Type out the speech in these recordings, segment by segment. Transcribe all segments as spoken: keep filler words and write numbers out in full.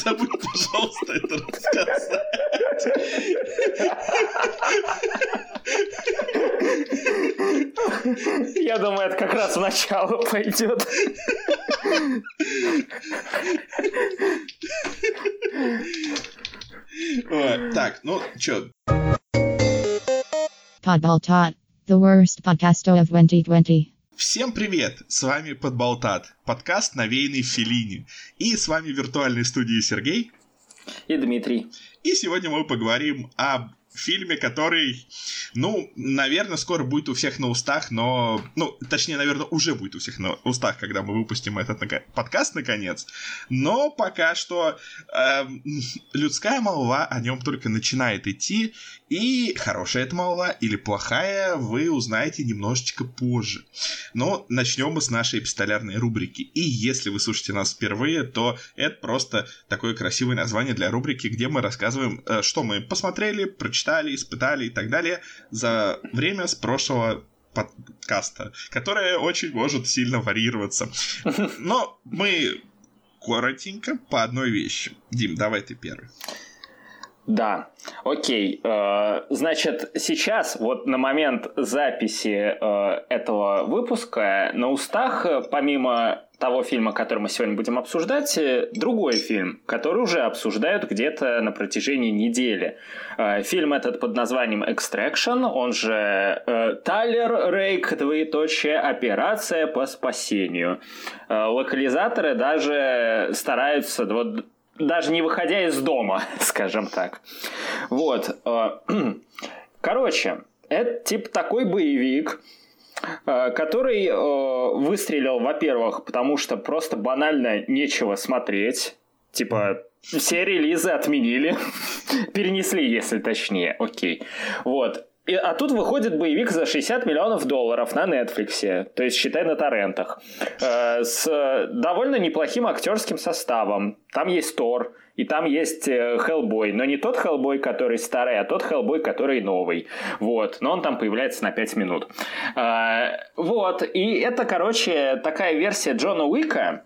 забудь, пожалуйста, это рассказать. Я думаю, это как раз в начало пойдет. Ой, так, ну чё? Podbaltat, the worst podcast of twenty twenty. Всем привет! С вами Подболтат, подкаст, навеянный Феллини. И с вами в виртуальной студии Сергей и Дмитрий. И сегодня мы поговорим об фильме, который, ну, наверное, скоро будет у всех на устах, но, ну, точнее, наверное, уже будет у всех на устах, когда мы выпустим этот нака- подкаст, наконец. Но пока что э, людская молва о нем только начинает идти, и хорошая это молва или плохая вы узнаете немножечко позже. Но начнем мы с нашей эпистолярной рубрики. И если вы слушаете нас впервые, то это просто такое красивое название для рубрики, где мы рассказываем, э, что мы посмотрели, прочитали, испытали и так далее за время с прошлого подкаста, которое очень может сильно варьироваться. Но мы коротенько по одной вещи. Дим, давай ты первый. Да, окей. Значит, сейчас, вот на момент записи этого выпуска, на устах, помимо того фильма, который мы сегодня будем обсуждать, другой фильм, который уже обсуждают где-то на протяжении недели. Фильм этот под названием «Extraction», он же «Тайлер Рейк, двоеточие, операция по спасению». Локализаторы даже стараются... вот, даже не выходя из дома, скажем так. Вот. Короче, это типа такой боевик, который выстрелил, во-первых, потому что просто банально нечего смотреть. Типа, все релизы отменили. Перенесли, если точнее. Окей. Вот. И, а тут выходит боевик за шестьдесят миллионов долларов на Netflix, то есть, считай, на торрентах, э, с довольно неплохим актерским составом. Там есть Тор, и там есть Хеллбой, но не тот Хеллбой, который старый, а тот Хеллбой, который новый. Вот, но он там появляется на пять минут. Э, вот, и это, короче, такая версия Джона Уика,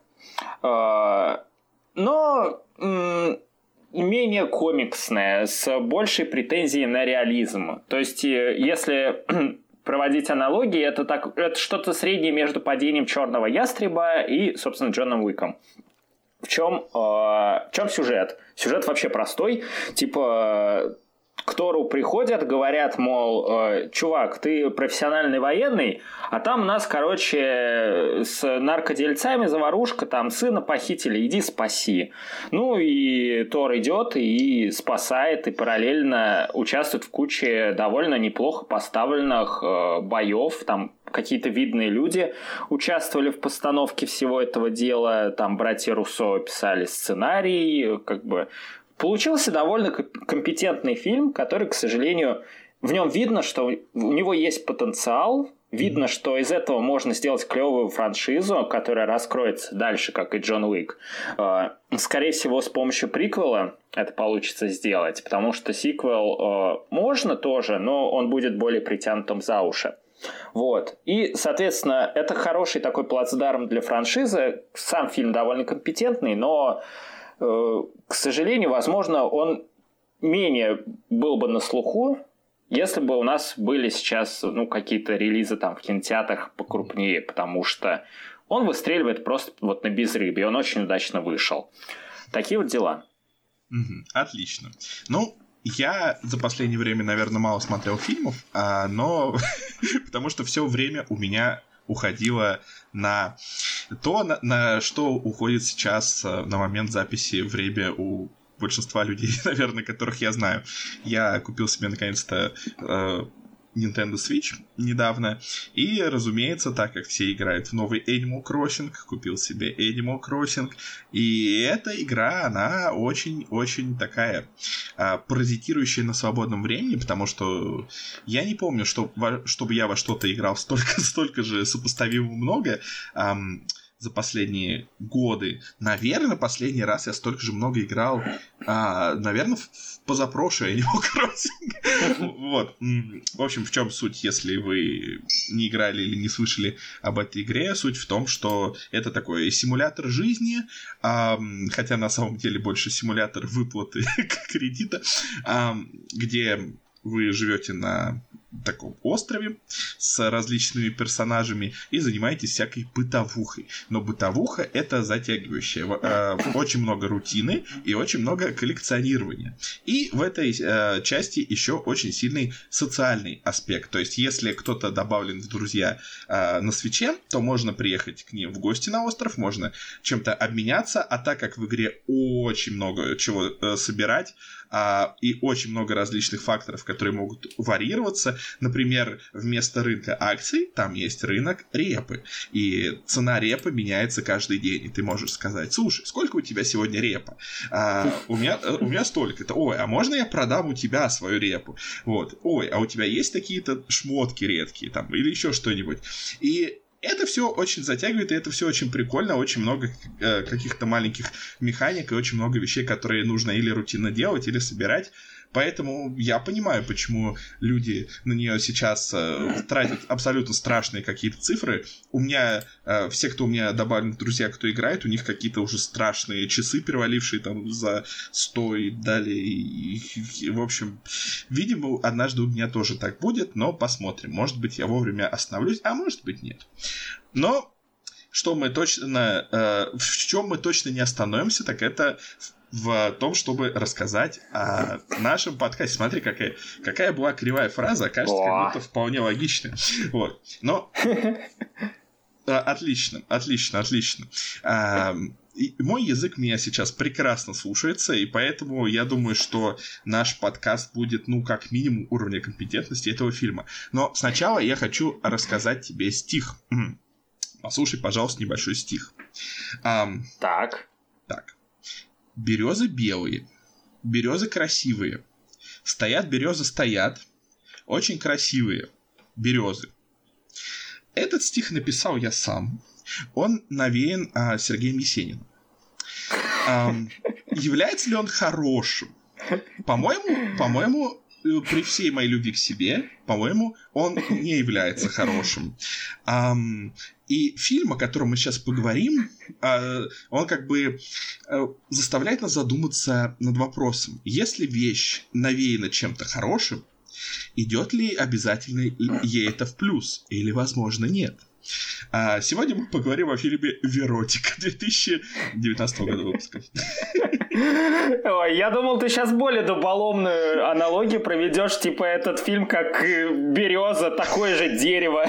э, но... М- менее комиксная, с большей претензией на реализм. То есть, если проводить аналогии, это, так, это что-то среднее между падением черного ястреба и, собственно, Джоном Уиком. В чем, э, в чем сюжет? Сюжет вообще простой. Типа, к Тору приходят, говорят, мол, э, чувак, ты профессиональный военный, а там у нас, короче, с наркодельцами заварушка, там сына похитили, иди спаси. Ну и Тор идет и спасает, и параллельно участвует в куче довольно неплохо поставленных э, боев, там какие-то видные люди участвовали в постановке всего этого дела, там братья Руссо писали сценарий, как бы... Получился довольно компетентный фильм, который, к сожалению, в нем видно, что у него есть потенциал, видно, что из этого можно сделать клевую франшизу, которая раскроется дальше, как и Джон Уик. Скорее всего, с помощью приквела это получится сделать, потому что сиквел можно тоже, но он будет более притянутым за уши. Вот. И, соответственно, это хороший такой плацдарм для франшизы. Сам фильм довольно компетентный, но... к сожалению, возможно, он менее был бы на слуху, если бы у нас были сейчас ну, какие-то релизы там, в кинотеатрах покрупнее, потому что он выстреливает просто вот на безрыбье, он очень удачно вышел. Такие вот дела. Угу, отлично. Ну, я за последнее время, наверное, мало смотрел фильмов, а, но потому что все время у меня уходило на то, на, на что уходит сейчас на момент записи время у большинства людей, наверное, которых я знаю. Я купил себе наконец-то э, Nintendo Switch недавно, и, разумеется, так как все играют в новый Animal Crossing, купил себе Animal Crossing, и эта игра, она очень-очень такая а, паразитирующая на свободном времени, потому что я не помню, что, во, чтобы я во что-то играл столько, столько же сопоставимо много. Ам, за последние годы. Наверное, последний раз я столько же много играл, а, наверное, в, в позапрошлый Animal Crossing. Вот. В общем, в чем суть, если вы не играли или не слышали об этой игре? Суть в том, что это такой симулятор жизни, а, хотя на самом деле больше симулятор выплаты кредита, а, где вы живете на таком острове с различными персонажами и занимаетесь всякой бытовухой. Но бытовуха — это затягивающее. Очень много рутины и очень много коллекционирования. И в этой части еще очень сильный социальный аспект. То есть, если кто-то добавлен в друзья на Свитче, то можно приехать к ним в гости на остров, можно чем-то обменяться, а так как в игре очень много чего собирать, и очень много различных факторов, которые могут варьироваться. Например, вместо рынка акций там есть рынок репы. И цена репы меняется каждый день. И ты можешь сказать: слушай, сколько у тебя сегодня репа? А, у, меня, у меня столько-то. Ой, а можно я продам у тебя свою репу? Вот. Ой, а у тебя есть такие-то шмотки редкие там, или еще что-нибудь? И это все очень затягивает, и это все очень прикольно, очень много э, каких-то маленьких механик и очень много вещей, которые нужно или рутинно делать, или собирать. Поэтому я понимаю, почему люди на нее сейчас э, тратят абсолютно страшные какие-то цифры. У меня, э, все, кто у меня добавлены друзья, кто играет, у них какие-то уже страшные часы, перевалившие там за сто и далее. И, и, в общем, видимо, однажды у меня тоже так будет, но посмотрим. Может быть, я вовремя остановлюсь, а может быть, нет. Но что мы точно, э, в чем мы точно не остановимся, так это в том, чтобы рассказать о нашем подкасте. Смотри, какая, какая была кривая фраза, кажется, как будто вполне логичная. Вот. Но отлично, отлично, отлично. И мой язык меня сейчас прекрасно слушается, и поэтому я думаю, что наш подкаст будет, ну, как минимум, уровня компетентности этого фильма. Но сначала я хочу рассказать тебе стих. Послушай, пожалуйста, небольшой стих. Так. Так. Березы белые, березы красивые. Стоят березы, стоят. Очень красивые березы. Этот стих написал я сам. Он навеян а, Сергеем Есениным. А, является ли он хорошим? По-моему, по-моему, при всей моей любви к себе, по-моему, он не является хорошим. А, и фильм, о котором мы сейчас поговорим, он как бы заставляет нас задуматься над вопросом: если вещь навеяна чем-то хорошим, идет ли обязательно ей это в плюс, или, возможно, нет. Сегодня мы поговорим о фильме «Веротика» две тысячи девятнадцатого года выпуска. Ой, я думал, ты сейчас более дуболомную аналогию проведешь, типа этот фильм как береза, такое же дерево.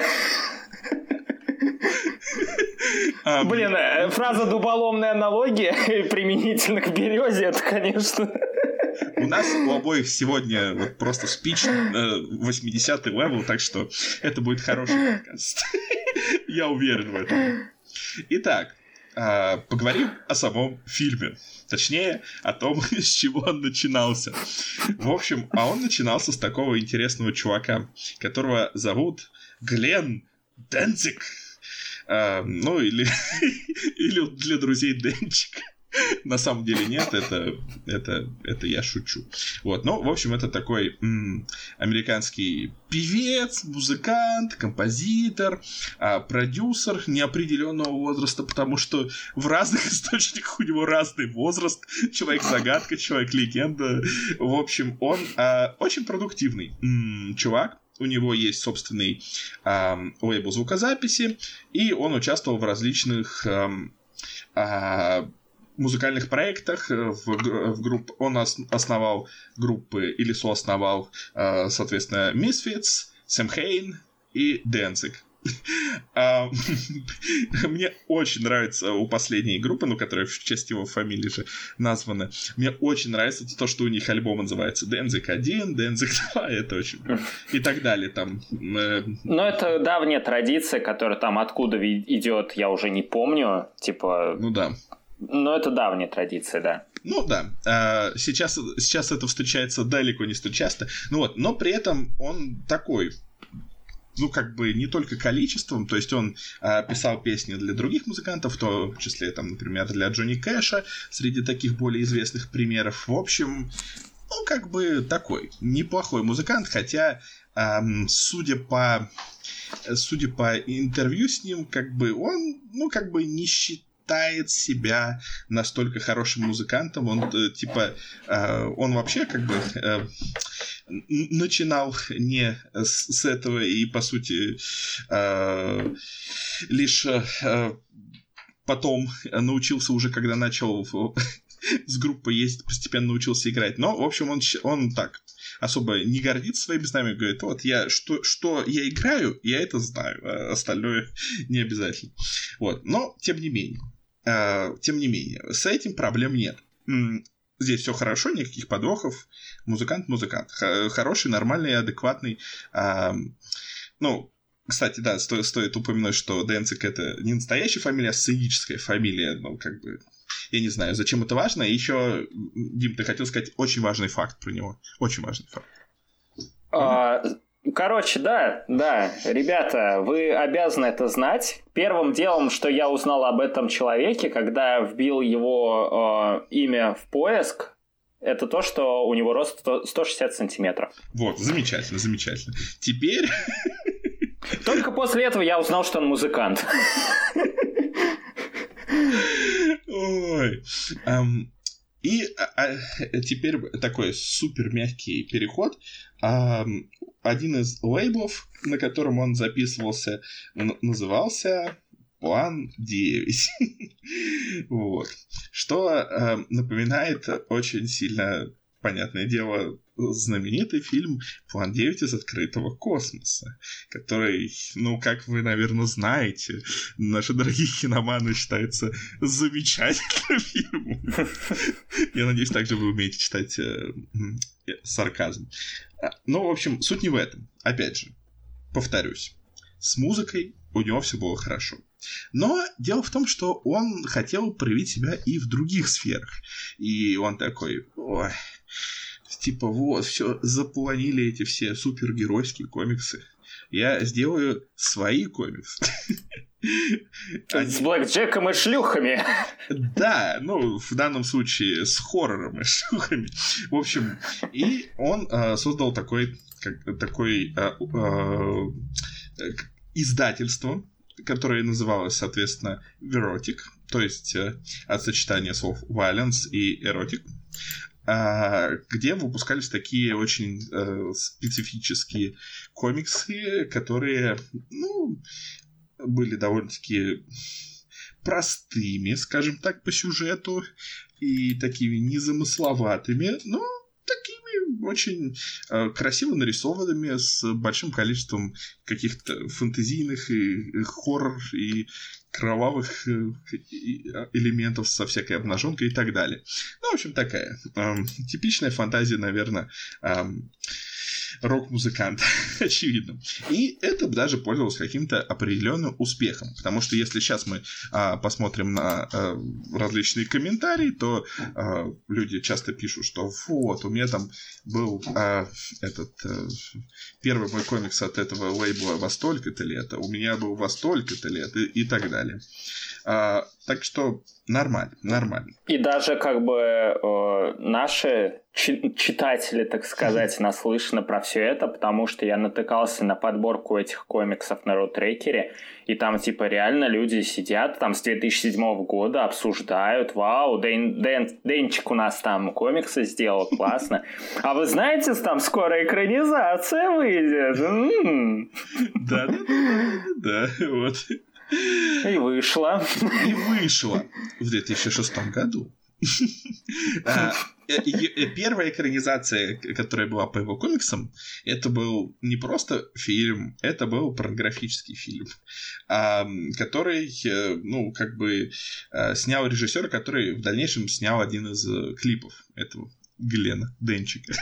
А, Блин, фраза «дуболомная аналогия» применительно к березе, это, конечно... У нас у обоих сегодня вот просто спич восьмидесятый левел, так что это будет хороший подкаст. Я уверен в этом. Итак, поговорим о самом фильме. Точнее, о том, с чего он начинался. В общем, а он начинался с такого интересного чувака, которого зовут Глен Денцик. А, ну, или, или для друзей Денчик. На самом деле нет, это, это, это я шучу. Вот, ну, в общем, это такой м- американский певец, музыкант, композитор, а, продюсер неопределенного возраста, потому что в разных источниках у него разный возраст. Человек-загадка, человек-легенда. В общем, он а, очень продуктивный м- чувак. У него есть собственный а, лейбл звукозаписи, и он участвовал в различных а, а, музыкальных проектах. В, в групп... Он ос, основал группы или соосновал, а, соответственно, Misfits, Сэм Хейн и Денцик. Мне очень нравится у последней группы, ну, которая в честь его фамилии же названа. Мне очень нравится то, что у них альбом называется Денцик один, Денцик два, это очень... И так далее там. Ну, это давняя традиция, которая там откуда идет, я уже не помню. Типа... Ну да. Но это давняя традиция, да. Ну да, сейчас, сейчас это встречается далеко не столь часто. Ну вот, но при этом он такой ну, как бы не только количеством, то есть он а, писал песни для других музыкантов, в том числе, там, например, для Джонни Кэша, среди таких более известных примеров. В общем, ну, как бы такой неплохой музыкант, хотя, а, судя по судя по интервью с ним, как бы он, ну, как бы не считает себя настолько хорошим музыкантом. Он, типа, а, он вообще, как бы... А, начинал не с, с этого и, по сути, э, лишь э, потом научился уже, когда начал с группой ездить, постепенно научился играть. Но, в общем, он, он так особо не гордится своими знаниями, говорит, вот, я, что, что я играю, я это знаю, а остальное не обязательно. Вот. Но, тем не менее, э, тем не менее, с этим проблем нет. Здесь все хорошо, никаких подвохов. Музыкант, музыкант. Хороший, нормальный, адекватный. А, ну, кстати, да, стоит, стоит упомянуть, что Денцик — это не настоящая фамилия, а сценическая фамилия. Ну, как бы, я не знаю, зачем это важно. И еще, Дим, ты хотел сказать очень важный факт про него. Очень важный факт. А... Короче, да, да, ребята, вы обязаны это знать. Первым делом, что я узнал об этом человеке, когда вбил его э, имя в поиск, это то, что у него рост сто шестьдесят сантиметров. Вот, замечательно, замечательно. Теперь... Только после этого я узнал, что он музыкант. Ой... И а, теперь такой супер мягкий переход. А, один из лейблов, на котором он записывался, н- назывался План девять. Вот. Что а, напоминает очень сильно, понятное дело, знаменитый фильм «План девять из открытого космоса», который, ну, как вы, наверное, знаете, наши дорогие киноманы, считается замечательным фильмом. Я надеюсь, также вы умеете читать э, э, сарказм. Ну, в общем, суть не в этом. Опять же, повторюсь, с музыкой у него все было хорошо. Но дело в том, что он хотел проявить себя и в других сферах. И он такой... Ой, типа, вот, все, запланили эти все супергеройские комиксы. Я сделаю свои комиксы. С блэкджеком и шлюхами. Да, ну, в данном случае с хоррором и шлюхами. В общем, и он э, создал такой, как, такой э, э, издательство, которое называлось, соответственно, Verotic, то есть э, от сочетания слов violence и erotic, где выпускались такие очень э, специфические комиксы, которые, ну, были довольно-таки простыми, скажем так, по сюжету, и такими незамысловатыми, но такими очень э, красиво нарисованными, с большим количеством каких-то фэнтезийных и, и хоррор, и кровавых элементов со всякой обнаженкой и так далее. Ну, в общем, такая эм, типичная фантазия, наверное, эм, рок-музыканта, очевидно. И это даже пользовалось каким-то определенным успехом, потому что если сейчас мы а, посмотрим на а, различные комментарии, то а, люди часто пишут, что вот, у меня там был а, этот а, первый мой комикс от этого лейбла во столько-то лет, у меня был во столько-то лет и, и так далее. А, так что нормально, нормально. И даже как бы э, наши чи- читатели, так сказать, наслышаны про все это, потому что я натыкался на подборку этих комиксов на Рутрекере, и там типа реально люди сидят там с две тысячи седьмого года, обсуждают, вау, Дэн, Дэн, Дэнчик у нас там комиксы сделал, классно. А вы знаете, там скоро экранизация выйдет? Да-да-да, вот. И вышла. И вышла в две тысячи шестом году. Первая экранизация, которая была по его комиксам, это был не просто фильм, это был порнографический фильм, который, ну, как бы снял режиссер, который в дальнейшем снял один из клипов этого Глена Денчика.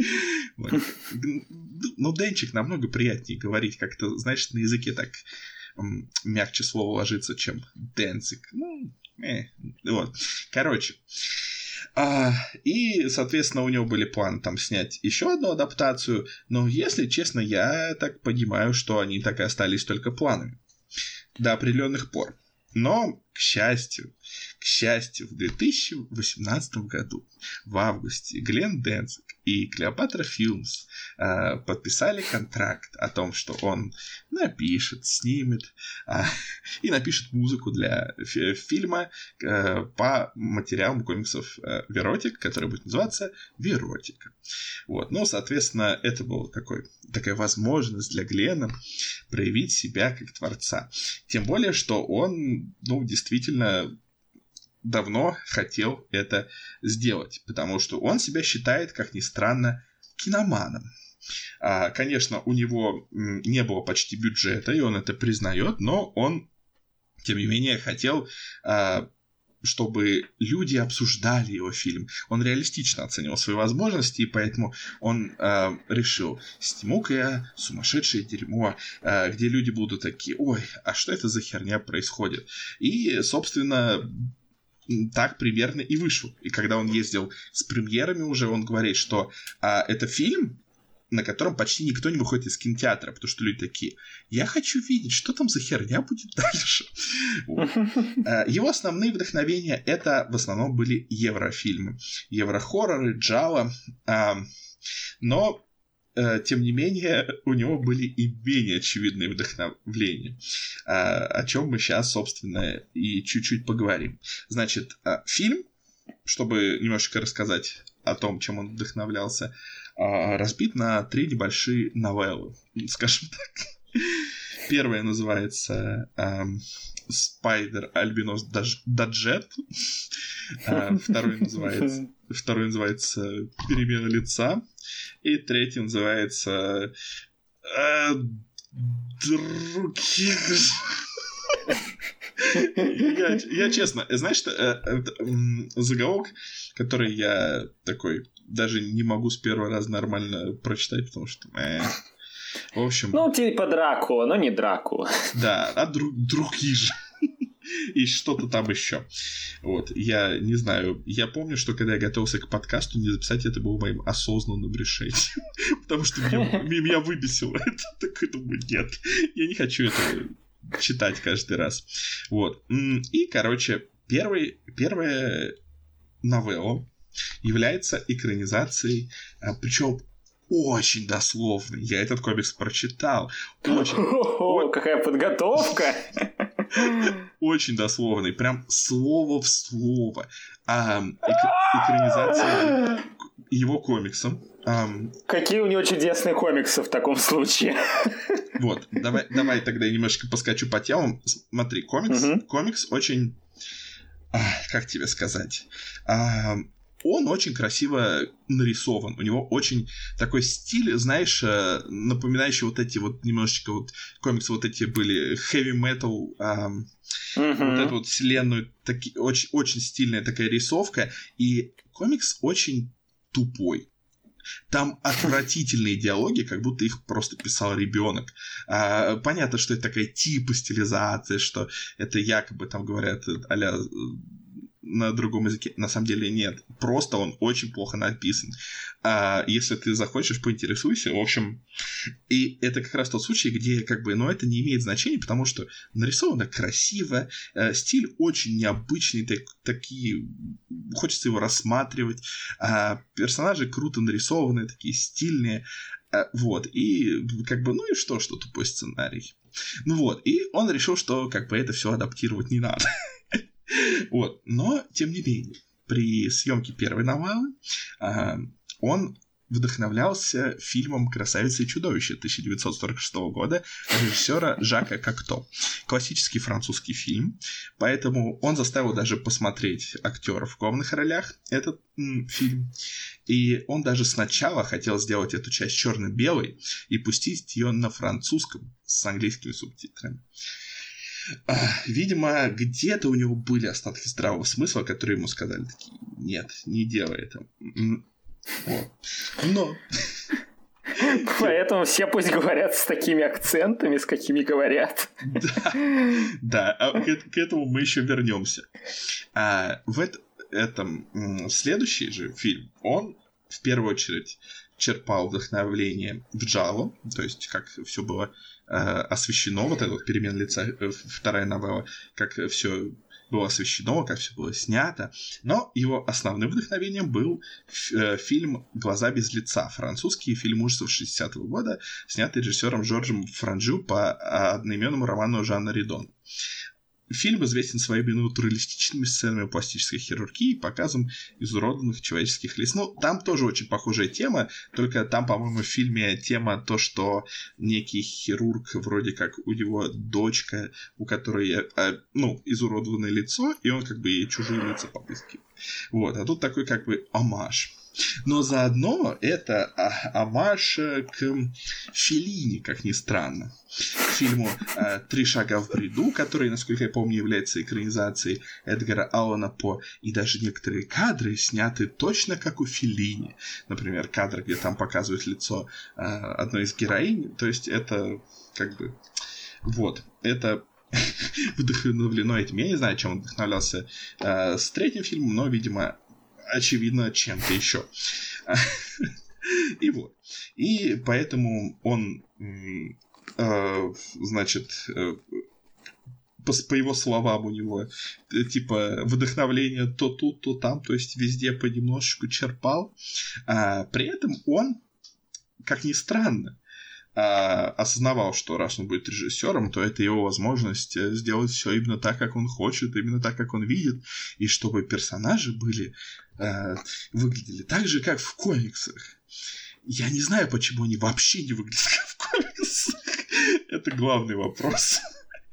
Ну, Денчик намного приятнее говорить, как-то, значит, на языке так мягче слово ложится, чем Денцик. Ну, э, вот. Короче. А, и, соответственно, у него были планы там снять еще одну адаптацию, но, если честно, я так понимаю, что они так и остались только планами до определенных пор. Но, к счастью, к счастью, в две тысячи восемнадцатом году, в августе, Глен Денцик и Клеопатра Филмс э, подписали контракт о том, что он напишет, снимет э, и напишет музыку для фи- фильма э, по материалам комиксов э, Веротик, который будет называться Веротика. Вот. Ну, соответственно, это была такой, такая возможность для Глена проявить себя как творца. Тем более, что он, ну, действительно давно хотел это сделать, потому что он себя считает, как ни странно, киноманом. А, конечно, у него не было почти бюджета, и он это признает, но он, тем не менее, хотел, а, чтобы люди обсуждали его фильм. Он реалистично оценивал свои возможности, и поэтому он а, решил: сниму-ка я сумасшедшее дерьмо, а, где люди будут такие: ой, а что это за херня происходит? И, собственно, так примерно и вышел. И когда он ездил с премьерами уже, он говорит, что а, это фильм, на котором почти никто не выходит из кинотеатра, потому что люди такие: я хочу видеть, что там за херня будет дальше. Вот. Его основные вдохновения — это в основном были еврофильмы, еврохорроры, джалло, но тем не менее, у него были и менее очевидные вдохновления, о чем мы сейчас, собственно, и чуть-чуть поговорим. Значит, фильм, чтобы немножечко рассказать о том, чем он вдохновлялся, разбит на три небольшие новеллы, скажем так. Первая называется «Спайдер Альбинос Даджет». Второй называется, второй называется «Перемена лица». И третий называется э, «Другие». я, я честно, знаешь, что, э, э, заголовок, который я такой даже не могу с первого раза нормально прочитать, потому что... Э, в общем... Ну, типа Дракула, но не Дракула. Да, а дру, другие же. И что-то там еще. Вот, я не знаю. Я помню, что когда я готовился к подкасту, не записать это было моим осознанным решением. Потому что меня выбесило это. Так я думаю, нет. Я не хочу это читать каждый раз. Вот. И, короче, первый, первая новелла является экранизацией, причем очень дословный. Я этот комикс прочитал. Очень... О, какая подготовка! Очень дословный. Прям слово в слово. А, эк- экранизация его комиксом. А, Какие у него чудесные комиксы в таком случае. Вот. Давай, давай тогда я немножко поскочу по темам. Смотри, комикс, угу. комикс очень... А, как тебе сказать? А, он очень красиво нарисован. У него очень такой стиль, знаешь, напоминающий вот эти вот немножечко вот комиксы вот эти были heavy metal, эм, uh-huh. вот эту вот вселенную, таки, очень, очень стильная такая рисовка. И комикс очень тупой. Там отвратительные диалоги, как будто их просто писал ребенок. А, понятно, что это такая типа стилизация, что это якобы там говорят а-ля на другом языке. На самом деле нет. Просто он очень плохо написан. А, если ты захочешь, поинтересуйся. В общем, и это как раз тот случай, где как бы, ну, это не имеет значения, потому что нарисовано красиво, э, стиль очень необычный, так, такие, хочется его рассматривать. А, персонажи круто нарисованы, такие стильные. А, вот. И как бы, ну и что, что тупой сценарий. Ну вот. И он решил, что как бы это все адаптировать не надо. Вот. Но, тем не менее, при съемке первой новеллы э, он вдохновлялся фильмом «Красавица и чудовище» тысяча девятьсот сорок шестого года режиссера Жака Кокто. Классический французский фильм, поэтому он заставил даже посмотреть актеров в главных ролях этот м, фильм. И он даже сначала хотел сделать эту часть черно-белой и пустить ее на французском с английскими субтитрами. Видимо, где-то у него были остатки здравого смысла, которые ему сказали такие: нет, не делай это. Вот. Но... Поэтому все пусть говорят с такими акцентами, с какими говорят. Да, да, а к, к этому мы еще вернемся. А, в это... этом следующий же фильм, он в первую очередь черпал вдохновление в Джалло, то есть как все было э, освещено, вот эта вот перемена лица, э, вторая новелла, как все было освещено, как все было снято. Но его основным вдохновением был э, фильм «Глаза без лица», французский фильм ужасов шестидесятого года, снятый режиссером Жоржем Франжу по одноименному роману Жана Ридона. Фильм известен своими натуралистичными сценами пластической хирургии и показом изуродованных человеческих лиц. Ну, там тоже очень похожая тема, только там, по-моему, в фильме тема то, что некий хирург, вроде как у него дочка, у которой, ну, изуродованное лицо, и он как бы ей чужие лица попыскивает. Вот, а тут такой как бы омаж. Но заодно это а, омаж к Феллини, как ни странно. Фильму а, «Три шага в бреду», который, насколько я помню, является экранизацией Эдгара Аллана По, и даже некоторые кадры сняты точно как у Феллини. Например, кадр, где там показывают лицо а, одной из героинь. То есть это как бы... Вот, это... вдохновлено этим. Я не знаю, чем он вдохновлялся а, с третьим фильмом, но, видимо, очевидно, чем-то еще. И вот. И поэтому он, э, значит, э, по, по его словам у него, э, типа, вдохновление то тут, то там, то есть везде понемножечку черпал. А при этом он, как ни странно, Uh, осознавал, что раз он будет режиссером, то это его возможность сделать все именно так, как он хочет, именно так, как он видит, и чтобы персонажи были uh, выглядели так же, как в комиксах. Я не знаю, почему они вообще не выглядят как в комиксах. Это главный вопрос.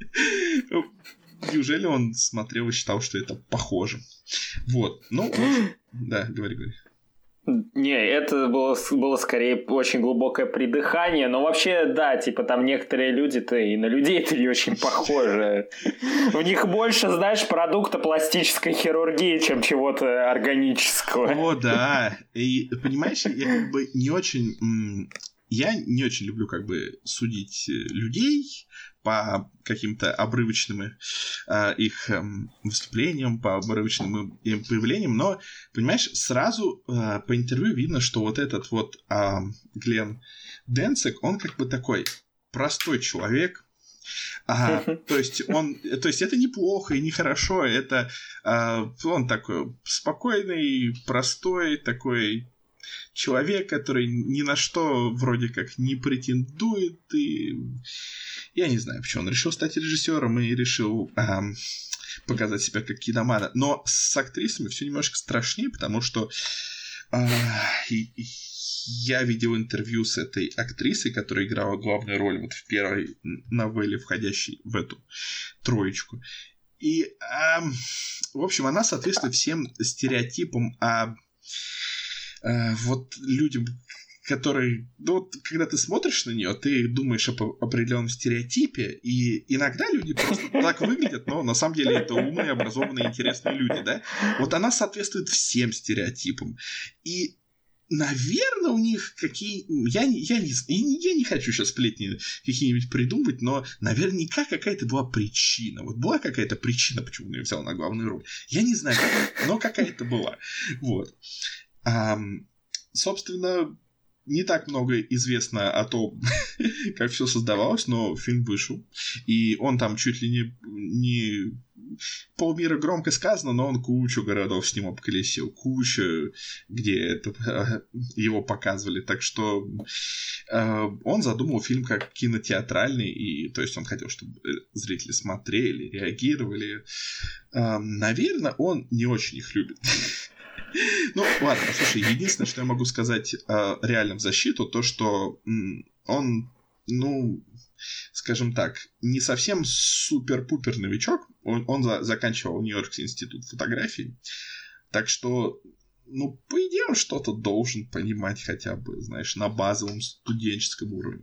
Неужели он смотрел и считал, что это похоже? Вот. Ну, да, говори, говори. Не, это было, было скорее очень глубокое придыхание, но вообще, да, типа там некоторые люди-то и на людей-то не очень похожи. У них больше, знаешь, продукта пластической хирургии, чем чего-то органического. О, да. И, понимаешь, я как бы не очень... Я не очень люблю как бы судить людей по каким-то обрывочным э, их э, выступлениям, по обрывочным им появлениям, но, понимаешь, сразу э, по интервью видно, что вот этот вот э, Глен Денцик, он как бы такой простой человек. А, то есть он, то есть это неплохо и нехорошо, это а, он такой спокойный, простой, такой человек, который ни на что вроде как не претендует, и я не знаю, почему он решил стать режиссером и решил а, показать себя как киномана. Но с актрисами все немножко страшнее, потому что а, и, и я видел интервью с этой актрисой, которая играла главную роль вот в первой новелле, входящей в эту троечку. И, а, в общем, она соответствует всем стереотипам о а, вот людям, которые... Ну, вот, когда ты смотришь на нее, ты думаешь об определенном стереотипе, и иногда люди просто так выглядят, но на самом деле это умные, образованные, интересные люди, да? Вот она соответствует всем стереотипам. И наверное, у них какие... Я не, я, не, я не хочу сейчас сплетни какие-нибудь придумывать, но наверняка какая-то была причина. Вот была какая-то причина, почему он ее взял на главную роль. Я не знаю, но какая-то была. Вот. А, собственно, не так много известно о том, как все создавалось, но фильм вышел. И он там чуть ли не... не... полмира громко сказано, но он кучу городов с ним обколесил. Кучу, где это, его показывали. Так что э, он задумал фильм как кинотеатральный. И, то есть он хотел, чтобы зрители смотрели, реагировали. Э, наверное, он не очень их любит. Ну, ладно, слушай, единственное, что я могу сказать э, реально в защиту, то, что м, он, ну, скажем так, не совсем супер-пупер новичок. Он, он за, заканчивал Нью-Йоркский институт фотографии. Так что, ну, по идее, он что-то должен понимать хотя бы, знаешь, на базовом студенческом уровне.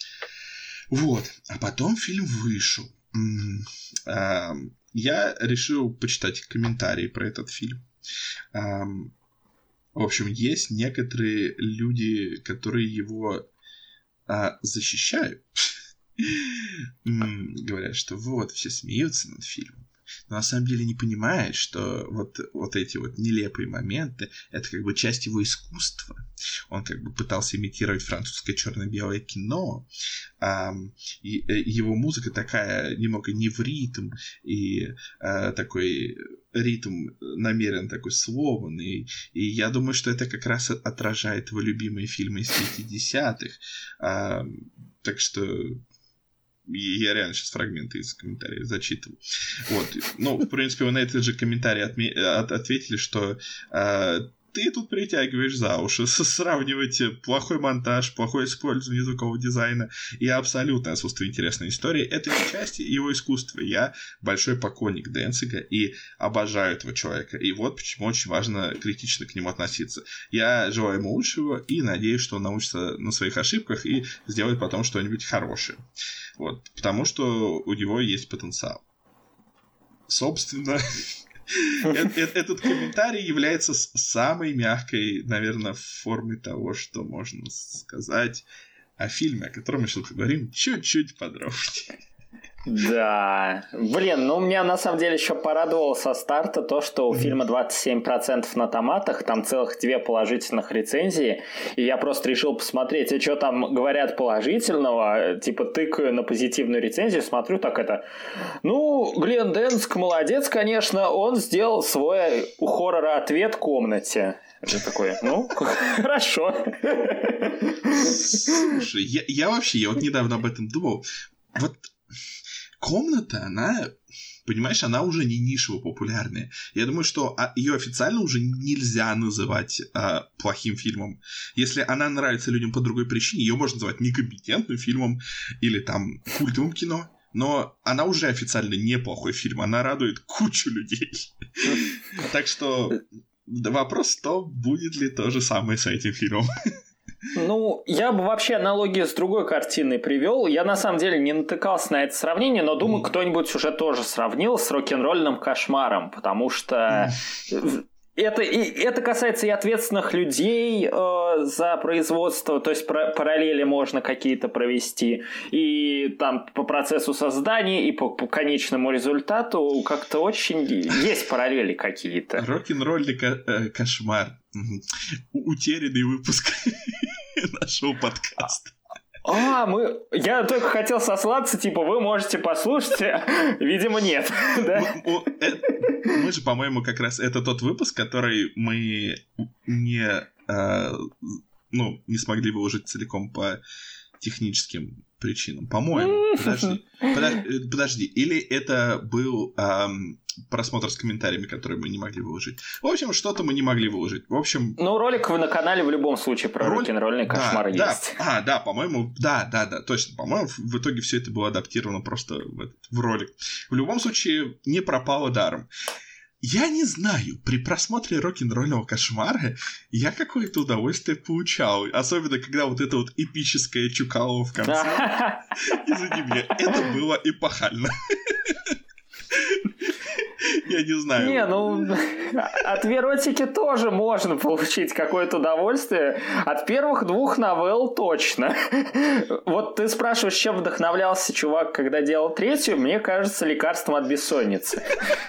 Вот. А потом фильм вышел. М- э, я решил почитать комментарии про этот фильм. Um, в общем, есть некоторые люди, которые его uh, защищают. Говорят, что вот, все смеются над фильмом. но на самом деле не понимает, что вот, вот эти вот нелепые моменты — это как бы часть его искусства. Он как бы пытался имитировать французское черно-белое кино, а, и, и его музыка такая немного не в ритм, и а, такой ритм намеренно такой сломанный, и я думаю, что это как раз отражает его любимые фильмы из пятидесятых, а, так что я реально сейчас фрагменты из комментариев зачитываю. Вот. Ну, в принципе, вы на этот же комментарий отме- от- ответили, что э, ты тут притягиваешь за уши, сравниваете плохой монтаж, плохое использование звукового дизайна и абсолютное отсутствие интересной истории. Это не часть его искусства. Я большой поклонник Денцига и обожаю этого человека. И вот почему очень важно критично к нему относиться. Я желаю ему лучшего и надеюсь, что он научится на своих ошибках и сделает потом что-нибудь хорошее. Вот. Потому что у него есть потенциал. Собственно... Этот комментарий является самой мягкой, наверное, формой того, что можно сказать о фильме, о котором мы сейчас поговорим чуть-чуть подробнее. Да, блин, ну меня на самом деле еще порадовало со старта то, что у фильма двадцать семь процентов на томатах, там целых две положительных рецензии, и я просто решил посмотреть, и что там говорят положительного, типа тыкаю на позитивную рецензию, смотрю, так это, ну, Глен Денцик молодец, конечно, он сделал свой у хоррора ответ комнате. Я такой, ну, хорошо. Слушай, я, я вообще, я вот недавно об этом думал, вот «Комната», она, понимаешь, она уже не нишево популярная. Я думаю, что ее официально уже нельзя называть а, плохим фильмом. Если она нравится людям по другой причине, ее можно называть некомпетентным фильмом или там культовым кино. Но она уже официально неплохой фильм, она радует кучу людей. Так что вопрос в том, будет ли то же самое с этим фильмом. Ну, я бы вообще аналогию с другой картиной привел. Я на самом деле не натыкался на это сравнение, но думаю, mm. кто-нибудь уже тоже сравнил с рок-н-ролльным кошмаром, потому что mm. это, и, это касается и ответственных людей э, за производство, то есть про, параллели можно какие-то провести, и там по процессу создания, и по, по конечному результату как-то очень есть параллели какие-то. Рок-н-ролльный ко- э, кошмар. Утерянный выпуск нашего подкаста. А, мы... Я только хотел сослаться, типа, вы можете послушать, видимо, нет. Да? Мы, мы же, по-моему, как раз это тот выпуск, который мы не, э, ну, не смогли выложить целиком по техническим причинам. По-моему. Подожди. Подожди. Подожди. Или это был эм, просмотр с комментариями, которые мы не могли выложить. В общем, что-то мы не могли выложить. В общем... Ну, ролик вы на канале в любом случае про Роль... рок-н-ролльный кошмар да, есть. Да, а, да, по-моему, да, да, да, точно. По-моему, в итоге все это было адаптировано просто в, этот, в ролик. В любом случае, не пропало даром. Я не знаю, при просмотре рок-н-ролльного кошмара я какое-то удовольствие получал. Особенно, когда вот это вот эпическое чукало в конце. Извини меня, это было эпохально. Я не знаю. Не, ну, от веротики тоже можно получить какое-то удовольствие. От первых двух новелл точно. Вот ты спрашиваешь, чем вдохновлялся чувак, когда делал третью? Мне кажется, лекарством от бессонницы.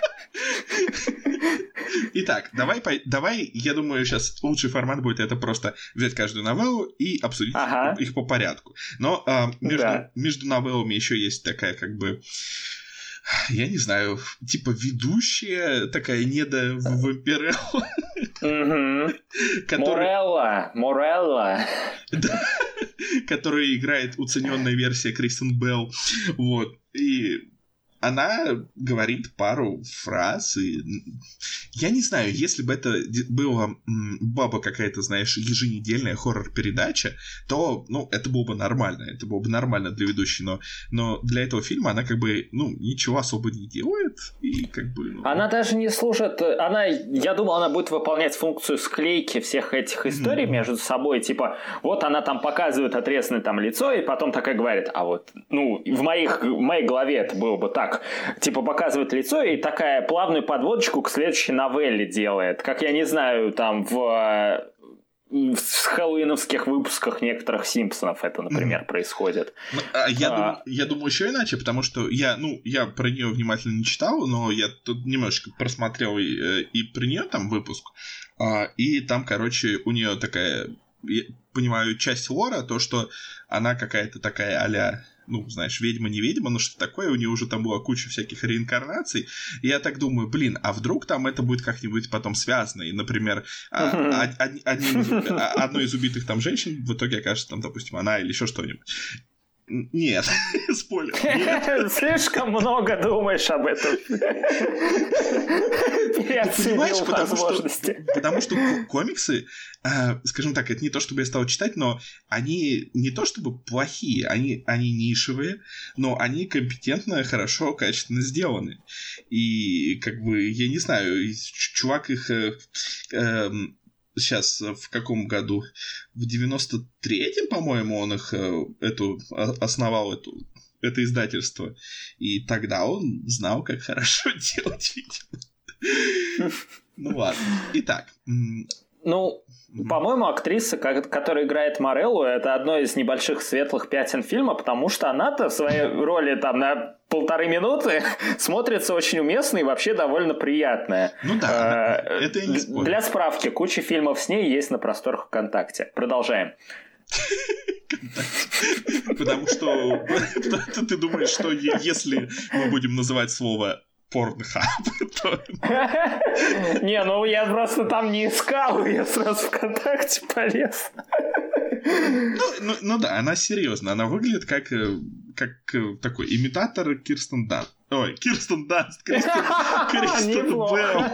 Итак, давай, давай, я думаю, сейчас лучший формат будет это просто взять каждую новеллу и обсудить ага. их по порядку. Но а, между, да. между новеллами еще есть такая как бы... Я не знаю, типа ведущая такая недо-вампирелла. Морелла, Морелла. Которая играет уцененная версия Кристен Белл. Вот. И она говорит пару фраз, и я не знаю, если бы это была баба какая-то, знаешь, еженедельная хоррор-передача, то, ну, это было бы нормально, это было бы нормально для ведущей, но, но для этого фильма она как бы, ну, ничего особо не делает, и как бы... Ну... Она даже не слушает, она, я думал, она будет выполнять функцию склейки всех этих историй mm-hmm. между собой, типа, вот она там показывает отрезанное там лицо, и потом такая говорит, а вот, ну, в, моих, в моей голове это было бы так, типа показывает лицо и такая плавную подводочку к следующей новелле делает. Как, я не знаю, там в в хэллоуиновских выпусках некоторых Симпсонов это, например, mm. происходит. Ну, а я, а... Дум, я думаю еще иначе, потому что я, ну, я про нее внимательно не читал, но я тут немножечко просмотрел и, и про нее там выпуск, а, и там, короче, у нее такая, я понимаю, часть лора, то, что она какая-то такая а-ля, ну, знаешь, ведьма не ведьма, но что такое, у нее уже там была куча всяких реинкарнаций, и я так думаю, блин, а вдруг там это будет как-нибудь потом связано, и, например, uh-huh. од- одним из, одной из убитых там женщин в итоге окажется там, допустим, она или еще что-нибудь. Нет, спойлер. Нет. Слишком много думаешь об этом. Переоценил возможности. Потому что комиксы, скажем так, это не то, чтобы я стал читать, но они не то чтобы плохие, они, они нишевые, но они компетентно, хорошо, качественно сделаны. И, как бы, я не знаю, чувак их... Сейчас, в каком году? В девяносто третьем, по-моему, он их эту, основал эту, это издательство. И тогда он знал, как хорошо делать, видимо. Ну ладно. Итак. Ну, по-моему, актриса, которая играет Мореллу, это одно из небольших светлых пятен фильма, потому что она-то в своей роли там на полторы минуты смотрится очень уместно и вообще довольно приятная. Ну да, а, это я не спорю. Для справки, куча фильмов с ней есть на просторах ВКонтакте. Продолжаем. Потому что ты думаешь, что если мы будем называть слово Порнхаб, то... Не, ну я просто там не искал, я сразу ВКонтакте полез. Ну, ну, ну да, она серьезно, она выглядит как, как такой имитатор Кирстен Данст. Ой, Кирстен Данст, Кристен, Кристен Белл.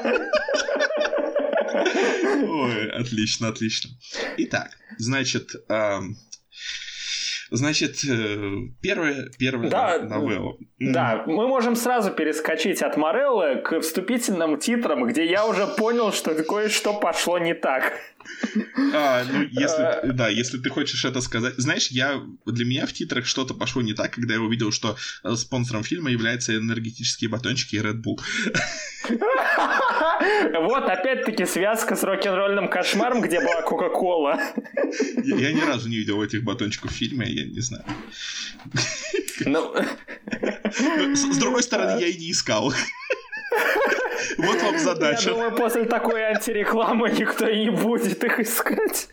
Ой, отлично, отлично. Итак, значит... Эм... Значит, первая, первая да, новелла. Да, мы можем сразу перескочить от Мореллы к вступительным титрам, где я уже понял, что кое-что пошло не так. А, ну, если, да, если ты хочешь это сказать... Знаешь, я, для меня в титрах что-то пошло не так, когда я увидел, что спонсором фильма являются энергетические батончики и Red Bull. Вот, опять-таки, связка с рок-н-ролльным кошмаром, где была Кока-Кола. Я, я ни разу не видел этих батончиков в фильме, я не знаю. Ну... С, с другой стороны, я и не искал. Вот вам задача. Я думаю, после такой антирекламы никто и не будет их искать.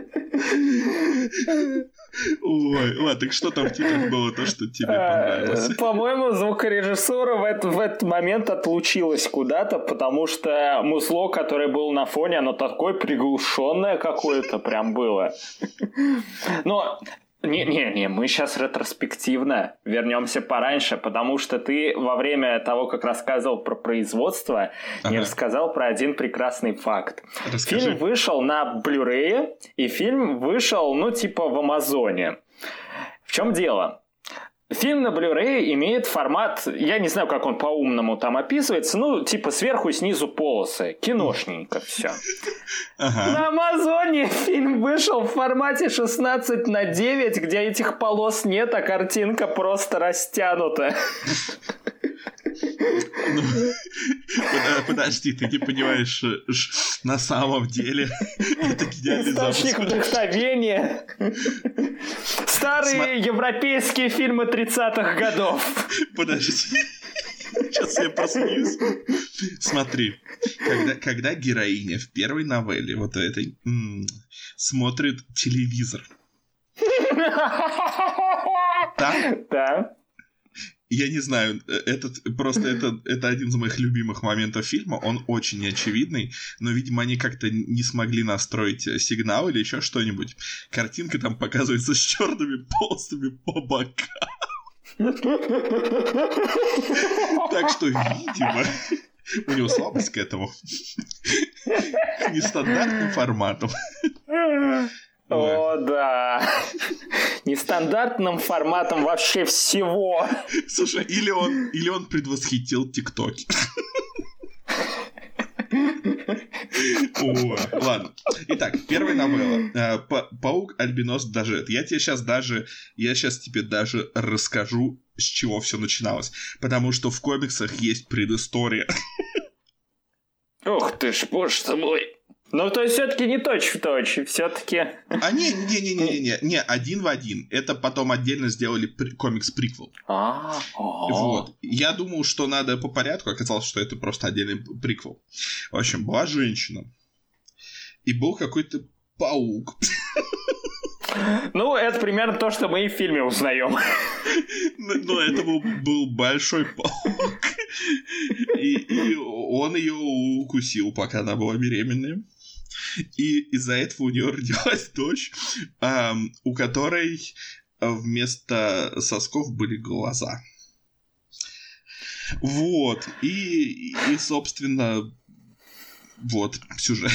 Ой, ладно, так что там в титрах было то, что тебе понравилось? По-моему, звукорежиссура в этот, в этот момент отлучилась куда-то, потому что музло, которое было на фоне, оно такое приглушенное какое-то прям было. Но... Не-не-не, мы сейчас ретроспективно вернемся пораньше, потому что ты во время того, как рассказывал про производство, ага. не рассказал про один прекрасный факт. Расскажи. Фильм вышел на Blu-ray, и фильм вышел, ну, типа в Амазоне. В чем дело? Фильм на Blu-ray имеет формат, я не знаю, как он по-умному там описывается, ну, типа сверху и снизу полосы. Киношненько все. Ага. На Амазоне фильм вышел в формате шестнадцать на девять, где этих полос нет, а картинка просто растянута. Ну, подожди, ты не понимаешь, на самом деле это гениальный замысел. Источник вдохновения. Старые Сма... европейские фильмы тридцатых годов. Подожди. Сейчас я посмеюсь. Смотри, когда, когда героиня в первой новелле вот этой м- смотрит телевизор. Да? Да. Я не знаю, этот, просто это, это один из моих любимых моментов фильма, он очень неочевидный, но, видимо, они как-то не смогли настроить сигнал или еще что-нибудь. Картинка там показывается с черными полосами по бокам. Так что, видимо, у него слабость к этому. К нестандартным форматам. О, да. Нестандартным форматом вообще всего. Слушай, или он, или он предвосхитил ТикТоки. О, ладно. Итак, первая новелла. Паук Альбинос Дажет. Я тебе сейчас даже, я сейчас тебе даже расскажу, с чего все начиналось. Потому что в комиксах есть предыстория. Ух ты ж, боже ты мой. Ну, то есть, все-таки не точь-в-точь, все-таки... А не-не-не-не-не, не, один в один. Это потом отдельно сделали при- комикс-приквел. А, вот. Я думал, что надо по порядку, оказалось, что это просто отдельный приквел. В общем, была женщина. И был какой-то паук. Ну, это примерно то, что мы и в фильме узнаем. Но это был, был большой паук. И, и он ее укусил, пока она была беременная. И из-за этого у нее родилась дочь, эм, у которой вместо сосков были глаза. Вот. И, и собственно, вот сюжет.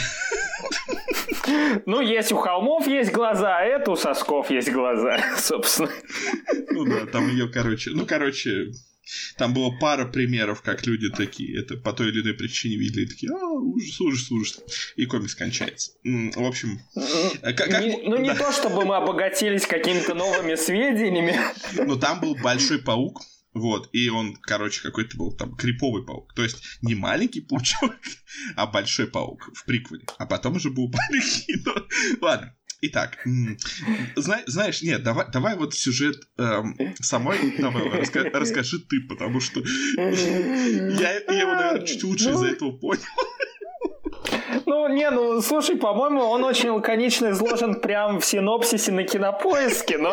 Ну, есть у холмов есть глаза, а это у сосков есть глаза, собственно. Ну да, там ее, короче... Ну, короче... Там было пара примеров, как люди такие, это по той или иной причине видели, и такие, а, ужас, ужас, ужас. И комикс кончается. В общем... Как, не, ну, да. Не то, чтобы мы обогатились какими-то новыми сведениями. Но там был большой паук, вот, и он, короче, какой-то был там криповый паук. То есть не маленький паучок, а большой паук в приквеле. А потом уже был маленький, но... Ладно. Итак, зна- знаешь, нет, давай, давай вот сюжет эм, самой новеллы раска- расскажи ты, потому что я, я его, наверное, чуть лучше из-за этого понял. Ну, не, ну, слушай, по-моему, он очень лаконично изложен прям в синопсисе на Кинопоиске, но...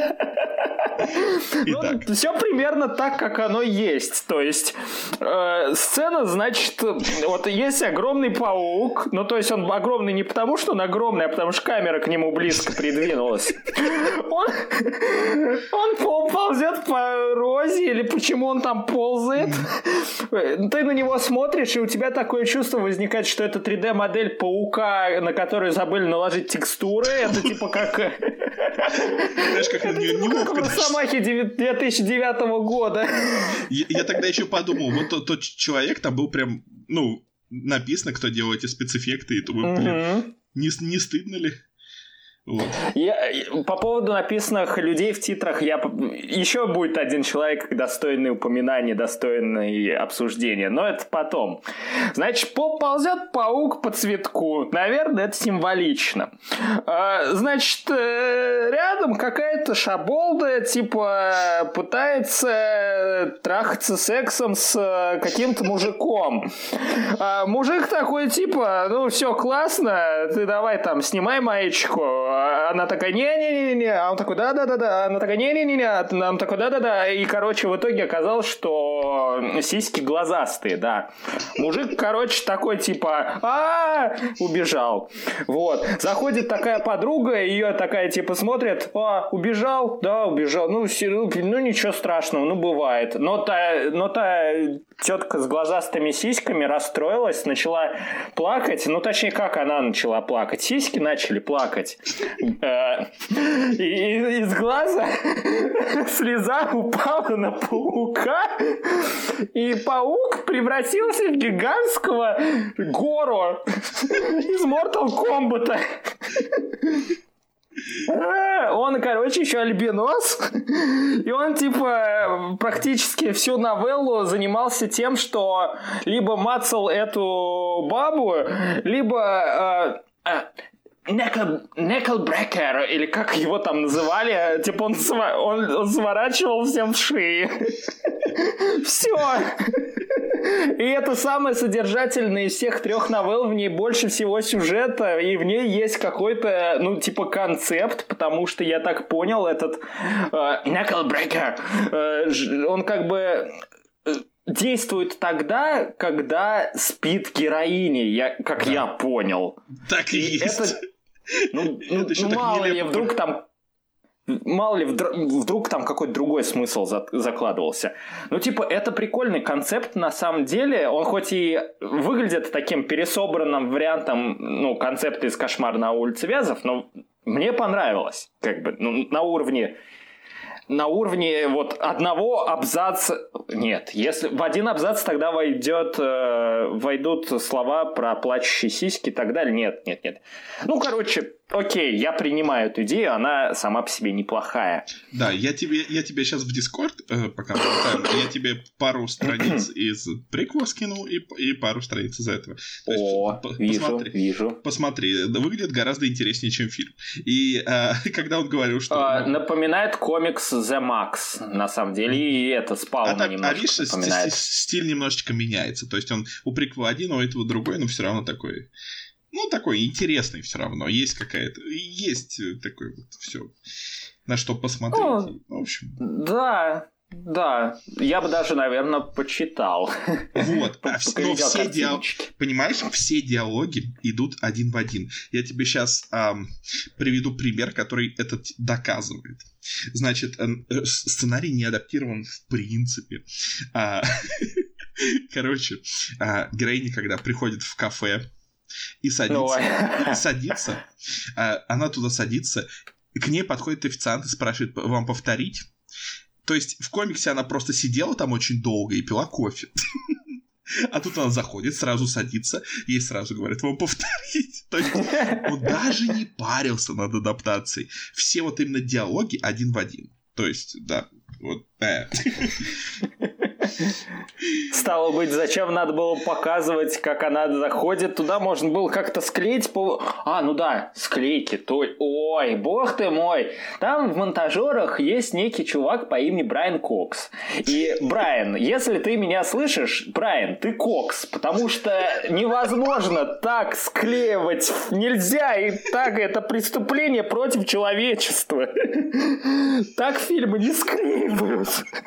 Ну, все примерно так, как оно есть. То есть, э, сцена, значит, вот есть огромный паук. Ну, то есть, он огромный не потому, что он огромный, а потому что камера к нему близко придвинулась. Он, он ползет по розе, или почему он там ползает. Ты на него смотришь, и у тебя такое чувство возникает, что это три дэ-модель паука, на которую забыли наложить текстуры. Это типа как... Знаешь, как на нее неловко. Росомахи две тысячи девятого года. Я, я тогда еще подумал, вот тот, тот человек, там был прям, ну, написано, кто делал эти спецэффекты, и думаю, блин, угу. не, не стыдно ли? Вот. Я, по поводу написанных людей в титрах, я, еще будет один человек, достойный упоминания, достойный обсуждения, но это потом. Значит, ползет паук по цветку. Наверное, это символично. Значит, рядом какая-то шаболда, типа, пытается трахаться сексом с каким-то мужиком. Мужик такой, типа, ну, все классно, ты давай там, снимай маечку. Она такая, не-не-не-не, а он такой, да-да-да-да, она такая, не-не-не-не, а он такой, да-да-да, и, короче, в итоге оказалось, что сиськи глазастые, да. Мужик, короче, такой, типа, а убежал. Вот. Заходит такая подруга, ее такая, типа, смотрит, а, убежал? Да, убежал. Ну, ну ничего страшного, ну, бывает. Но та, но та тетка с глазастыми сиськами расстроилась, начала плакать, ну, точнее, как она начала плакать? Сиськи начали плакать. И из глаза слеза упала на паука, и паук превратился в гигантского гору из Mortal Kombat. Он, короче, еще альбинос, и он, типа, практически всю новеллу занимался тем, что либо мацал эту бабу, либо... Э, э, Неклбрекер, или как его там называли, типа он, сва- он, он сворачивал всем в шеи. Все. И это самое содержательное из всех трех новелл, в ней больше всего сюжета, и в ней есть какой-то, ну, типа концепт, потому что я так понял, этот Неклбрекер, э, э, он как бы... действует тогда, когда спит героиня, я, как да. я понял. Так и, и есть. Это, ну, это ну, ну мало ли, вдруг там... Мало ли, вдруг там какой-то другой смысл закладывался. Ну, типа, это прикольный концепт, на самом деле. Он хоть и выглядит таким пересобранным вариантом, ну, концепта из «Кошмара на улице Вязов», но мне понравилось. Как бы, ну, на уровне... На уровне вот одного абзаца... Нет, если в один абзац тогда войдет, э, войдут слова про плачущие сиськи и так далее. Нет, нет, нет. Ну, короче, окей, я принимаю эту идею, она сама по себе неплохая. Да, я тебе, я тебе сейчас в Discord, э, пока мы болтаем, я тебе пару страниц из приквела скинул и, и пару страниц из этого. То есть, О, по- вижу, посмотри, вижу. Посмотри, выглядит гораздо интереснее, чем фильм. И э, когда он говорил, что... А, напоминает комикс The Max, на самом деле, и это спало А, так, немножко а видишь, напоминает. стиль немножечко меняется. То есть он у приквела один, у этого другой, но все равно такой... Ну, такой интересный все равно. Есть какая-то... Есть такой вот все, на что посмотреть. Ну, в общем. Да, да. Я бы даже, наверное, почитал. Вот. А вс- но все диалоги... Понимаешь, все диалоги идут один в один. Я тебе сейчас ам, приведу пример, который это доказывает. Значит, э, сценарий не адаптирован в принципе. А, короче, а, героиня, когда приходит в кафе, и садится, и садится, а, она туда садится, к ней подходит официант и спрашивает, вам повторить? То есть в комиксе она просто сидела там очень долго и пила кофе. А тут она заходит, сразу садится, ей сразу говорят, вам повторить. То есть он даже не парился над адаптацией. Все вот именно диалоги один в один. То есть, да, вот. Э. Стало быть, зачем надо было показывать, как она заходит туда? Можно было как-то склеить по... А, ну да, склейки. То... Ой, бог ты мой. Там в монтажерах есть некий чувак по имени Брайан Кокс. И, Брайан, если ты меня слышишь, Брайан, ты Кокс, потому что невозможно так склеивать. Нельзя, и так это преступление против человечества. Так фильмы не склеивают.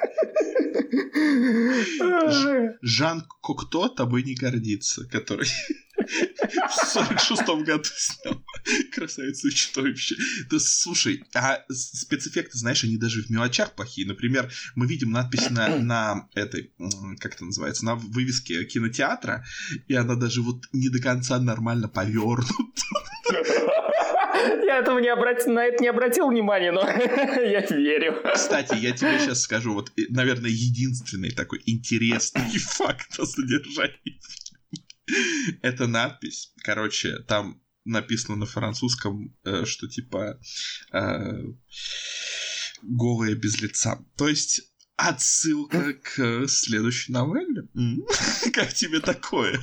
Жан Кокто тобой не гордится, который в сорок шестом году снял «Красавицу и чудовище». Да слушай, а спецэффекты, знаешь, они даже в мелочах плохие. Например, мы видим надпись на, на этой, как это называется, на вывеске кинотеатра, и она даже вот не до конца нормально повернута. Я этого не обратил, на это не обратил внимания, но я верю. Кстати, я тебе сейчас скажу, вот, наверное, единственный такой интересный факт о содержании. Это надпись, короче, там написано на французском, что типа «голые без лица». То есть отсылка к следующей новелле. Как тебе такое?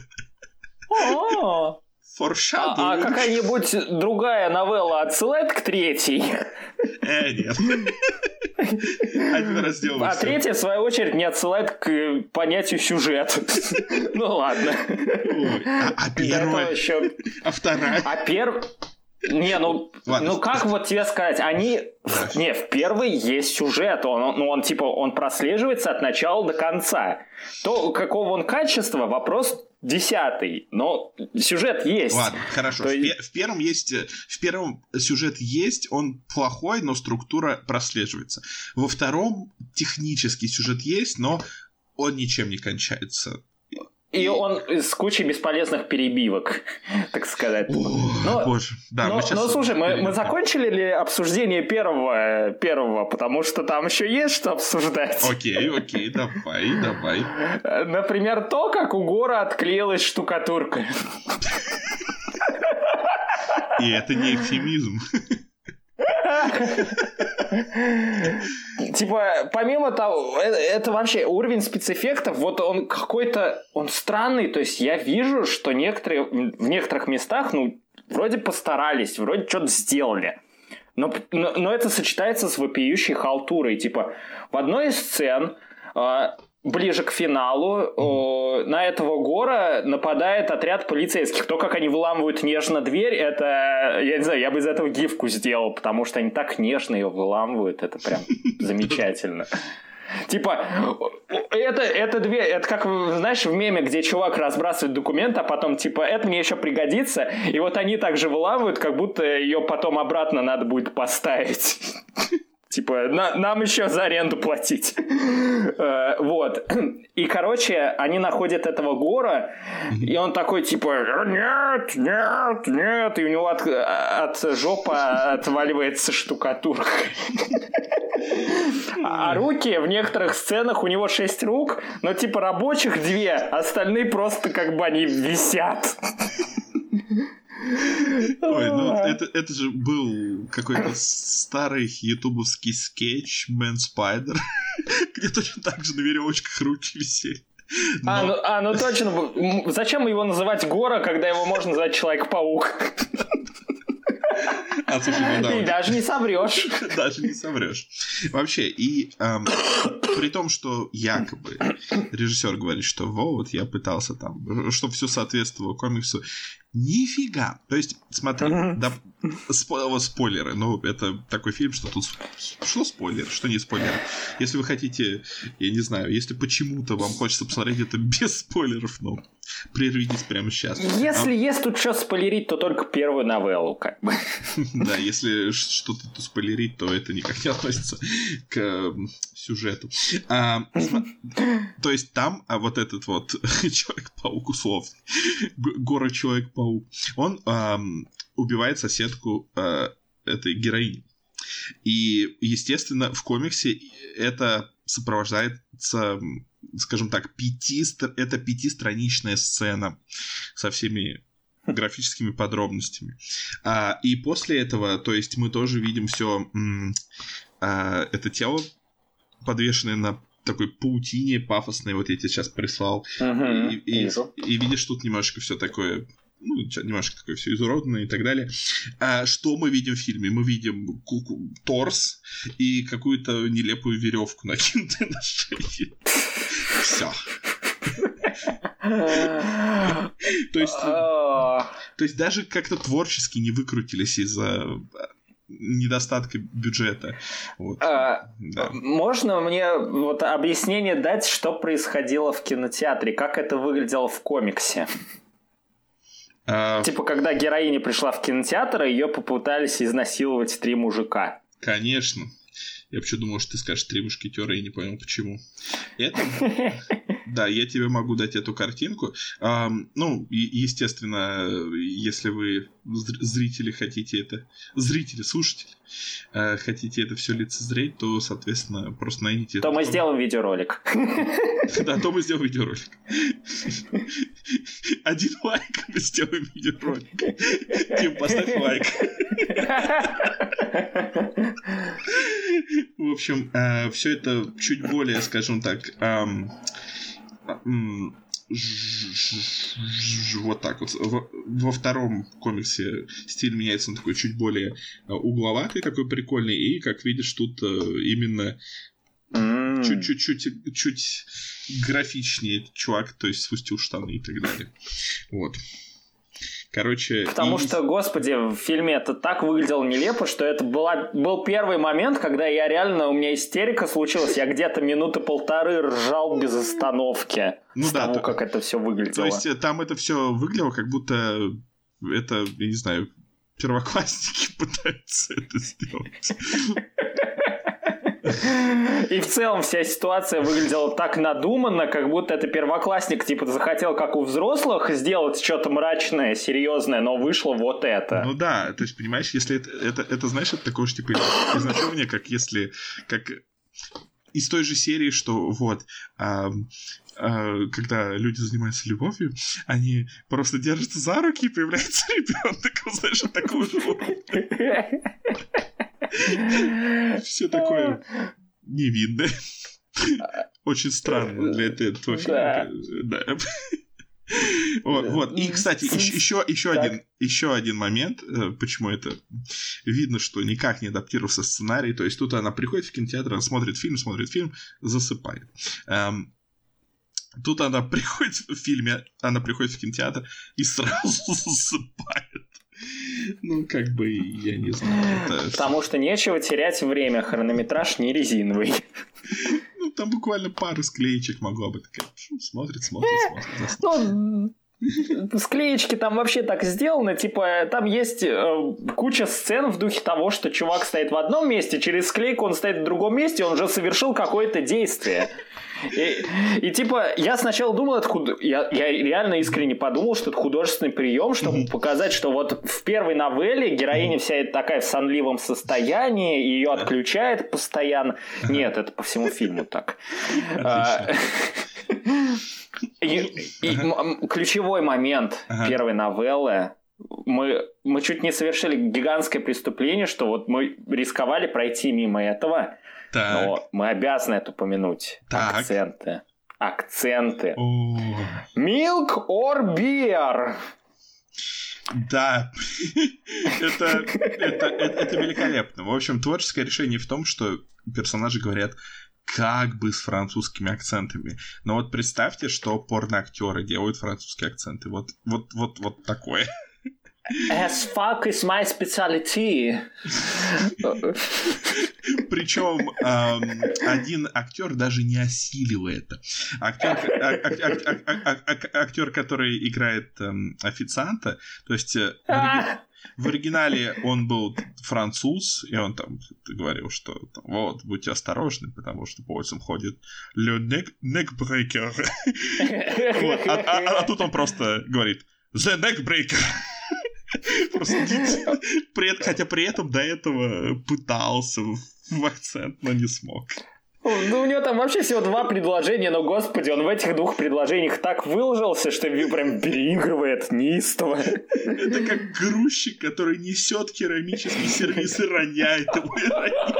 А, а какая-нибудь другая новелла отсылает к третьей? Э, нет. Один раздел. А третья, в свою очередь, не отсылает к понятию сюжет. Ну ладно. А первая? А вторая? А первая... Не, ну, ну как вот тебе сказать, они... Не, в первой есть сюжет, он, ну, он типа, он прослеживается от начала до конца. То, какого он качества, вопрос десятый, но сюжет есть. Ладно, хорошо, в, есть... в первом есть, в первом сюжет есть, он плохой, но структура прослеживается. Во втором технический сюжет есть, но он ничем не кончается. И он с кучей бесполезных перебивок, так сказать. О, но, боже. Да, но, мы сейчас... но слушай, мы, мы закончили ли обсуждение первого, первого? Потому что там еще есть что обсуждать. Окей, окей, давай, давай. Например, то, как у Гора отклеилась штукатурка. И это не эвфемизм. Типа, помимо того, это, это вообще уровень спецэффектов, вот он какой-то, он странный, то есть я вижу, что некоторые, в некоторых местах, ну, вроде постарались, вроде что-то сделали, но, но, но это сочетается с вопиющей халтурой, типа, в одной из сцен... Ближе к финалу э, на этого Гора нападает отряд полицейских. То, как они выламывают нежно дверь, это, я не знаю, я бы из этого гифку сделал, потому что они так нежно ее выламывают, это прям замечательно. Типа, это, это дверь, это как, знаешь, в меме, где чувак разбрасывает документ, а потом, типа, это мне еще пригодится, и вот они также выламывают, как будто ее потом обратно надо будет поставить. Типа, на, нам еще за аренду платить. uh, вот. И, короче, они находят этого Гора, и он такой, типа, нет, нет, нет, и у него от, от жопы отваливается штукатурка. А руки в некоторых сценах у него шесть рук, но, типа, рабочих две, остальные просто как бы они висят. Ой, ну это, это же был какой-то старый ютубовский скетч Man Spider, где точно так же на веревочках руки висели. Но... А, ну, а, ну точно. Зачем его называть Гора, когда его можно назвать Человек-паук? А, слушай, ну, да, и даже не соврешь. Даже не соврешь. Вообще, и эм, при том, что якобы режиссер говорит, что вот я пытался там, чтобы все соответствовало комиксу. Нифига. То есть, смотри, uh-huh. да, спо- вот спойлеры. Ну, это такой фильм, что тут что спойлер, что не спойлер. Если вы хотите, я не знаю, если почему-то вам хочется посмотреть это без спойлеров, ну, прервитесь прямо сейчас. Если а... есть тут что спойлерить, то только первую новеллу, как бы. Да, если что-то тут спойлерить, то это никак не относится к сюжету. А, то есть там, а вот этот вот Человек-паук условный, Гора Человек-паук, он эм, убивает соседку э, этой героини. И, естественно, в комиксе это сопровождается, скажем так, пяти, это пятистраничная сцена со всеми графическими подробностями. А, и после этого, то есть мы тоже видим все а, это тело, подвешенное на такой паутине пафосной, вот я тебе сейчас прислал. Uh-huh. И, и, и видишь, тут немножечко все такое, ну, немножко такое все изуродованное и так далее. А что мы видим в фильме? Мы видим ку- торс и какую-то нелепую веревку накинутую на шею. Все. То есть, то есть даже как-то творчески не выкрутились из-за недостатка бюджета. Вот. А, да. Можно мне вот объяснение дать, что происходило в кинотеатре, как это выглядело в комиксе? А... Типа, когда героиня пришла в кинотеатр, ее попытались изнасиловать три мужика. Конечно. Я вообще думал, что ты скажешь «Три мушкетера», и не понял, почему. Это... Да, я тебе могу дать эту картинку. А, ну, и, естественно, если вы зрители хотите это... Зрители, слушатели, э, хотите это все лицезреть, то, соответственно, просто найдите... То мы сделаем видеоролик. Да, то мы сделаем видеоролик. Один лайк, мы сделаем видеоролик. Тим, поставь лайк. В общем, э, все это чуть более, скажем так, эм, эм, ж, ж, ж, вот так вот. Во, во втором комиксе стиль меняется, он такой чуть более угловатый, такой прикольный, и, как видишь, тут э, именно mm. чуть-чуть чуть графичнее чувак, то есть спустил штаны и так далее. Вот. Короче... Потому и... что, господи, в фильме это так выглядело нелепо, что это была, был первый момент, когда я реально, у меня истерика случилась, я где-то минуты полторы ржал без остановки ну с да, того, то, как это все выглядело. То есть там это все выглядело, как будто это, я не знаю, первоклассники пытаются это сделать. И в целом вся ситуация выглядела так надуманно, как будто это первоклассник типа захотел, как у взрослых, сделать что-то мрачное, серьезное, но вышло вот это. Ну да, то есть, понимаешь, если это, это, это знаешь, это такое же типа изначально, как если, как из той же серии, что вот, а, а, когда люди занимаются любовью, они просто держатся за руки, и появляется ребенок, знаешь, такого же. Все такое невинное. Очень странно для этого фильма. Да. Вот, вот. И, кстати, еще, еще, один, еще один момент, почему это видно, что никак не адаптировался сценарий. То есть тут она приходит в кинотеатр, она смотрит фильм, смотрит фильм, засыпает. Эм, тут она приходит в фильме, она приходит в кинотеатр и сразу засыпает. Ну, как бы, я не знаю. Это... Потому что нечего терять время, хронометраж не резиновый. Ну, там буквально пара склеечек могла бы такая. Смотрит, смотрит, смотрит. Ну, склеечки там вообще так сделаны, типа, там есть э, куча сцен в духе того, что чувак стоит в одном месте, через склейку он стоит в другом месте, он уже совершил какое-то действие. И, и типа, я сначала думал, это худ... я, я реально искренне подумал, что это художественный прием, чтобы mm-hmm. показать, что вот в первой новелле героиня вся такая в сонливом состоянии, ее отключает постоянно. Нет, это по всему фильму так. И, и м- ключевой момент ага. первой новеллы мы, мы чуть не совершили гигантское преступление, что вот мы рисковали пройти мимо этого, так. но мы обязаны это упомянуть. Так. Акценты. Акценты. О. Milk or beer? Да, это, это, это, это великолепно. В общем, творческое решение в том, что персонажи говорят как бы с французскими акцентами. Но вот представьте, что порноактеры делают французские акценты. Вот, вот, вот, вот такое. As fuck is my specialty. Причем эм, один актер даже не осилил это. Актер, а, а, а, а, актер который играет эм, официанта, то есть э, в, ори... в оригинале он был француз, и он там говорил, что там, вот, будьте осторожны, потому что по улицам ходит le neck, neckbreaker. Вот. А, а, а тут он просто говорит the neckbreaker. Просто, при, хотя при этом до этого пытался в акцент, но не смог. Ну, у него там вообще всего два предложения, но, господи, он в этих двух предложениях так выложился, что прям переигрывает неистово. Это как грузчик, который несет керамический сервиз и роняет его, и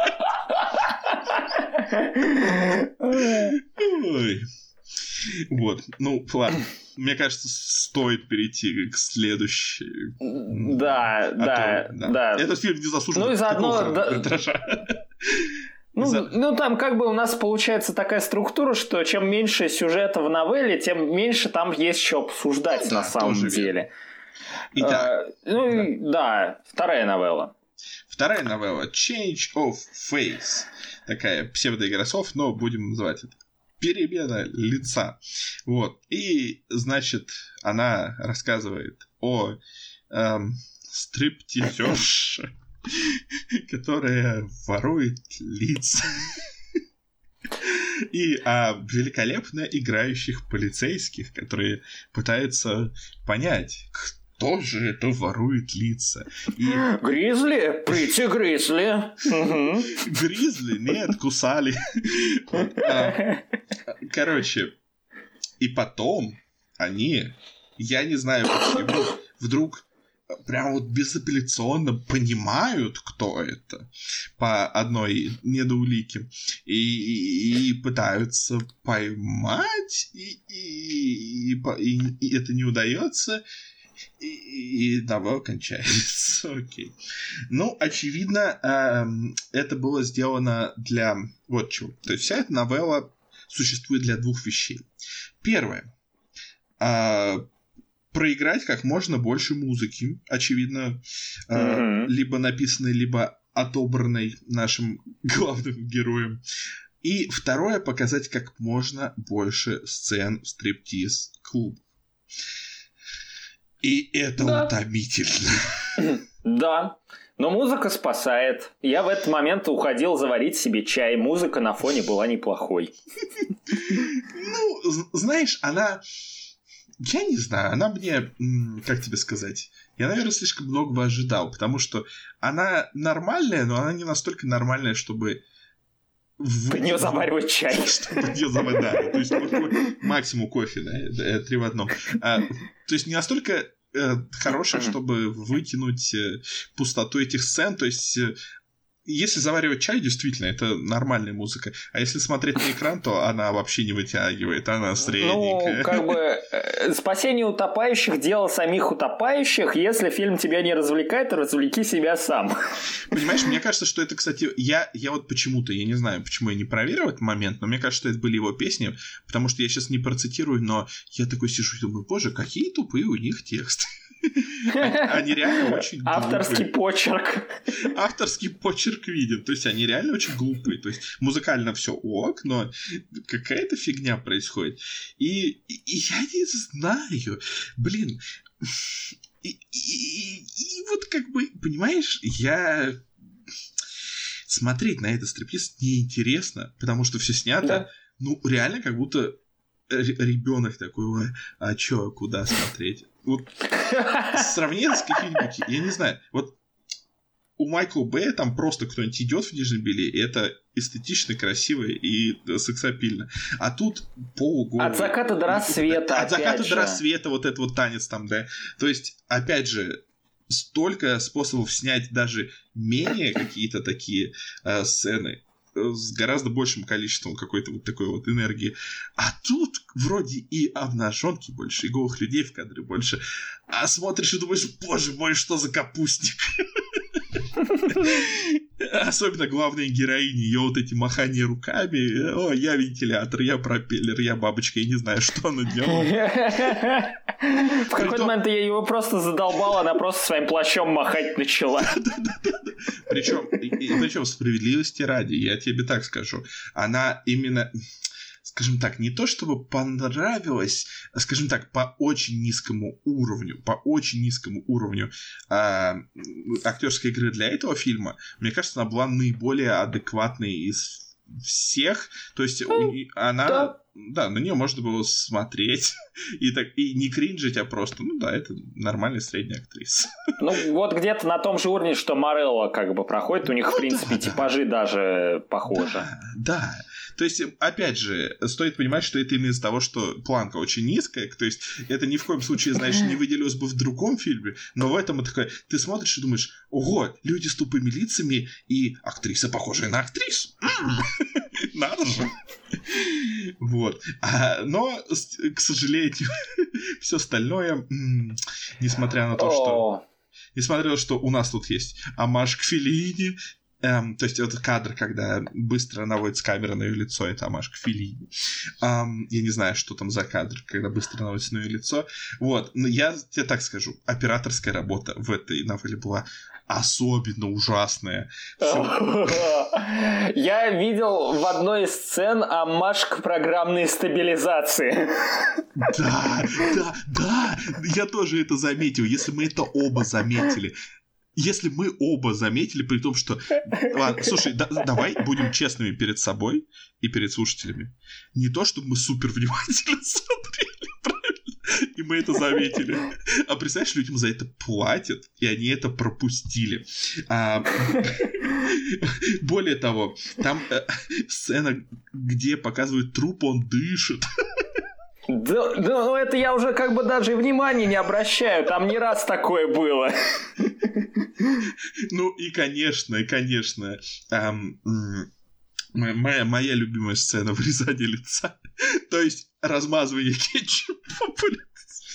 роняет. Ой. Вот, ну, ладно. Мне кажется, стоит перейти к следующей. Да, а да, то, да, да. Этот фильм не заслуживает ну, и заодно, да... ну, За... ну, там как бы у нас получается такая структура, что чем меньше сюжета в новелле, тем меньше там есть что обсуждать, ну, на да, самом деле. Итак, а, ну, да. да, вторая новелла. Вторая новелла Change of Face. Такая псевдоигра слов, но будем называть это перемена лица. Вот. И, значит, она рассказывает о эм, стриптизерше, которая ворует лица. И о великолепно играющих полицейских, которые пытаются понять, кто же это ворует лица. И... Гризли? Прити Гризли. Гризли? Нет, кусали. Короче, и потом они, я не знаю почему, вдруг прям вот безапелляционно понимают, кто это, по одной недоулике, и, и пытаются поймать, и, и, и, и, и это не удается, и, и новелла кончается. Окей. Ну, очевидно, эм, это было сделано для вот чего. То есть вся эта новелла существует для двух вещей. Первое. Э, проиграть как можно больше музыки, очевидно, э, mm-hmm. либо написанной, либо отобранной нашим главным героем. И второе, показать как можно больше сцен в стриптиз-клуб. И это да. утомительно. Да, но музыка спасает. Я в этот момент уходил заварить себе чай. Музыка на фоне была неплохой. Ну, знаешь, она... Я не знаю, она мне... Как тебе сказать? Я, наверное, слишком многого ожидал, потому что она нормальная, но она не настолько нормальная, чтобы... Под нее заваривать чай. Чтобы под нее заваривать, да. То есть максимум кофе, да, три в одном. То есть не настолько хорошая, чтобы вытянуть пустоту этих сцен. То есть если заваривать чай, действительно, это нормальная музыка. А если смотреть на экран, то она вообще не вытягивает, она средненькая. Ну, как бы э, спасение утопающих – дело самих утопающих. Если фильм тебя не развлекает, то развлеки себя сам. Понимаешь, мне кажется, что это, кстати, я, я вот почему-то, я не знаю, почему я не проверил этот момент, но мне кажется, что это были его песни, потому что я сейчас не процитирую, но я такой сижу и думаю, боже, какие тупые у них тексты. Они реально очень глупые. Авторский почерк. Авторский почерк виден. То есть они реально очень глупые. То есть музыкально все ок, но какая-то фигня происходит. И, и, и я не знаю. Блин. И, и, и, и вот как бы, понимаешь, я... Смотреть на этот стриптиз неинтересно, потому что все снято, да. Ну, реально как будто ребенок такой, а чё, куда смотреть? Вот сравнение с каким-нибудь, я не знаю, вот у Майкла Бэя там просто кто-нибудь идет в нижнем белье, и это эстетично, красиво и сексапильно. А тут полуголый. От заката до рассвета. От заката же. до рассвета вот этот вот танец там, да. То есть, опять же, столько способов снять даже менее какие-то такие э, сцены с гораздо большим количеством какой-то вот такой вот энергии. А тут вроде и обнаженки больше, и голых людей в кадре больше. А смотришь и думаешь, боже мой, что за капустник. Особенно главная героиня, ее вот эти махания руками. О, я вентилятор, я пропеллер, я бабочка, я не знаю, что она делает. В какой-то момент я его просто задолбала, она просто своим плащом махать начала. Причем, причем справедливости ради, я тебе так скажу, она именно... скажем так, не то чтобы понравилось, а, скажем так, по очень низкому уровню, по очень низкому уровню э, актерской игры для этого фильма, мне кажется, она была наиболее адекватной из всех. То есть у, она... Да. Да, на нее можно было смотреть и, так, и не кринжить, а просто, ну да, это нормальная средняя актриса. Ну, вот где-то на том же уровне, что Морелло как бы проходит, у них, ну, в принципе, да, типажи да. даже похожи. Да, да. То есть, опять же, стоит понимать, что это именно из-за того, что планка очень низкая, то есть это ни в коем случае, знаешь, не выделилось бы в другом фильме, но в этом такое, ты смотришь и думаешь, ого, люди с тупыми лицами и актриса, похожая на актрису. Надо же. Вот. А, но, к сожалению, все остальное, несмотря на то, что... Несмотря на то, что у нас тут есть омаж к Феллини, эм, то есть это кадр, когда быстро наводится камера на ее лицо, это омаж к Феллини. Эм, я не знаю, что там за кадр, когда быстро наводится на ее лицо. Вот. Но я тебе так скажу, операторская работа в этой новелле была особенно ужасная. Я видел в одной из сцен омаж к программной стабилизации. Да, да, да, я тоже это заметил. Если мы это оба заметили, если мы оба заметили, при том, что... Ладно, слушай, да, давай будем честными перед собой и перед слушателями. Не то, чтобы мы супер внимательно смотрели, правильно? И мы это заметили. А представляешь, людям за это платят, и они это пропустили. А, более того, там э, сцена, где показывают труп, он дышит. Да, да, ну это я уже как бы даже внимания не обращаю, там не раз такое было. Ну и конечно, и конечно, эм, моя, моя любимая сцена вырезания лица, то есть размазывание кетчупа по лицу.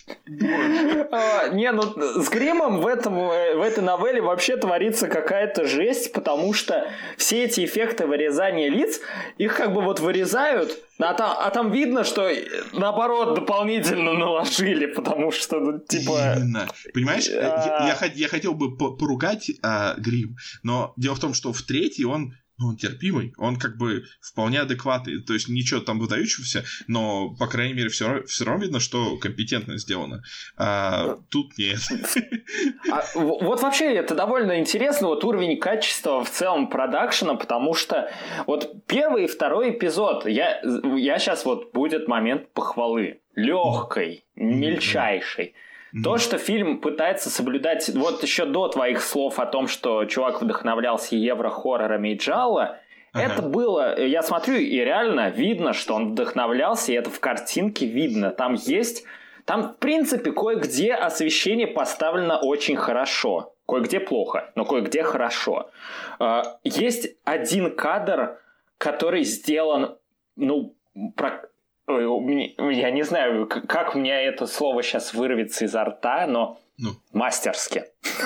А, не, ну с гримом в, этом, в этой новелле вообще творится какая-то жесть, потому что все эти эффекты вырезания лиц, их как бы вот вырезают, а там, а там видно, что наоборот дополнительно наложили, потому что, ну, типа... Именно. Понимаешь, а... я, я, я хотел бы поругать а, грим, но дело в том, что в третий он... Ну, он терпимый, он как бы вполне адекватный, то есть ничего там выдающегося, но, по крайней мере, все, все равно видно, что компетентно сделано. А тут нет. А, вот вообще это довольно интересно, вот уровень качества в целом продакшена, потому что вот первый и второй эпизод, я, я сейчас вот будет момент похвалы, легкой, мельчайшей. То, что фильм пытается соблюдать... Вот еще до твоих слов о том, что чувак вдохновлялся евро-хоррорами и джалло, ага. это было... Я смотрю, и реально видно, что он вдохновлялся, и это в картинке видно. Там есть... Там, в принципе, кое-где освещение поставлено очень хорошо. Кое-где плохо, но кое-где хорошо. Есть один кадр, который сделан... Ну, про... Я не знаю, как у меня это слово сейчас вырвется изо рта, но ну. мастерски.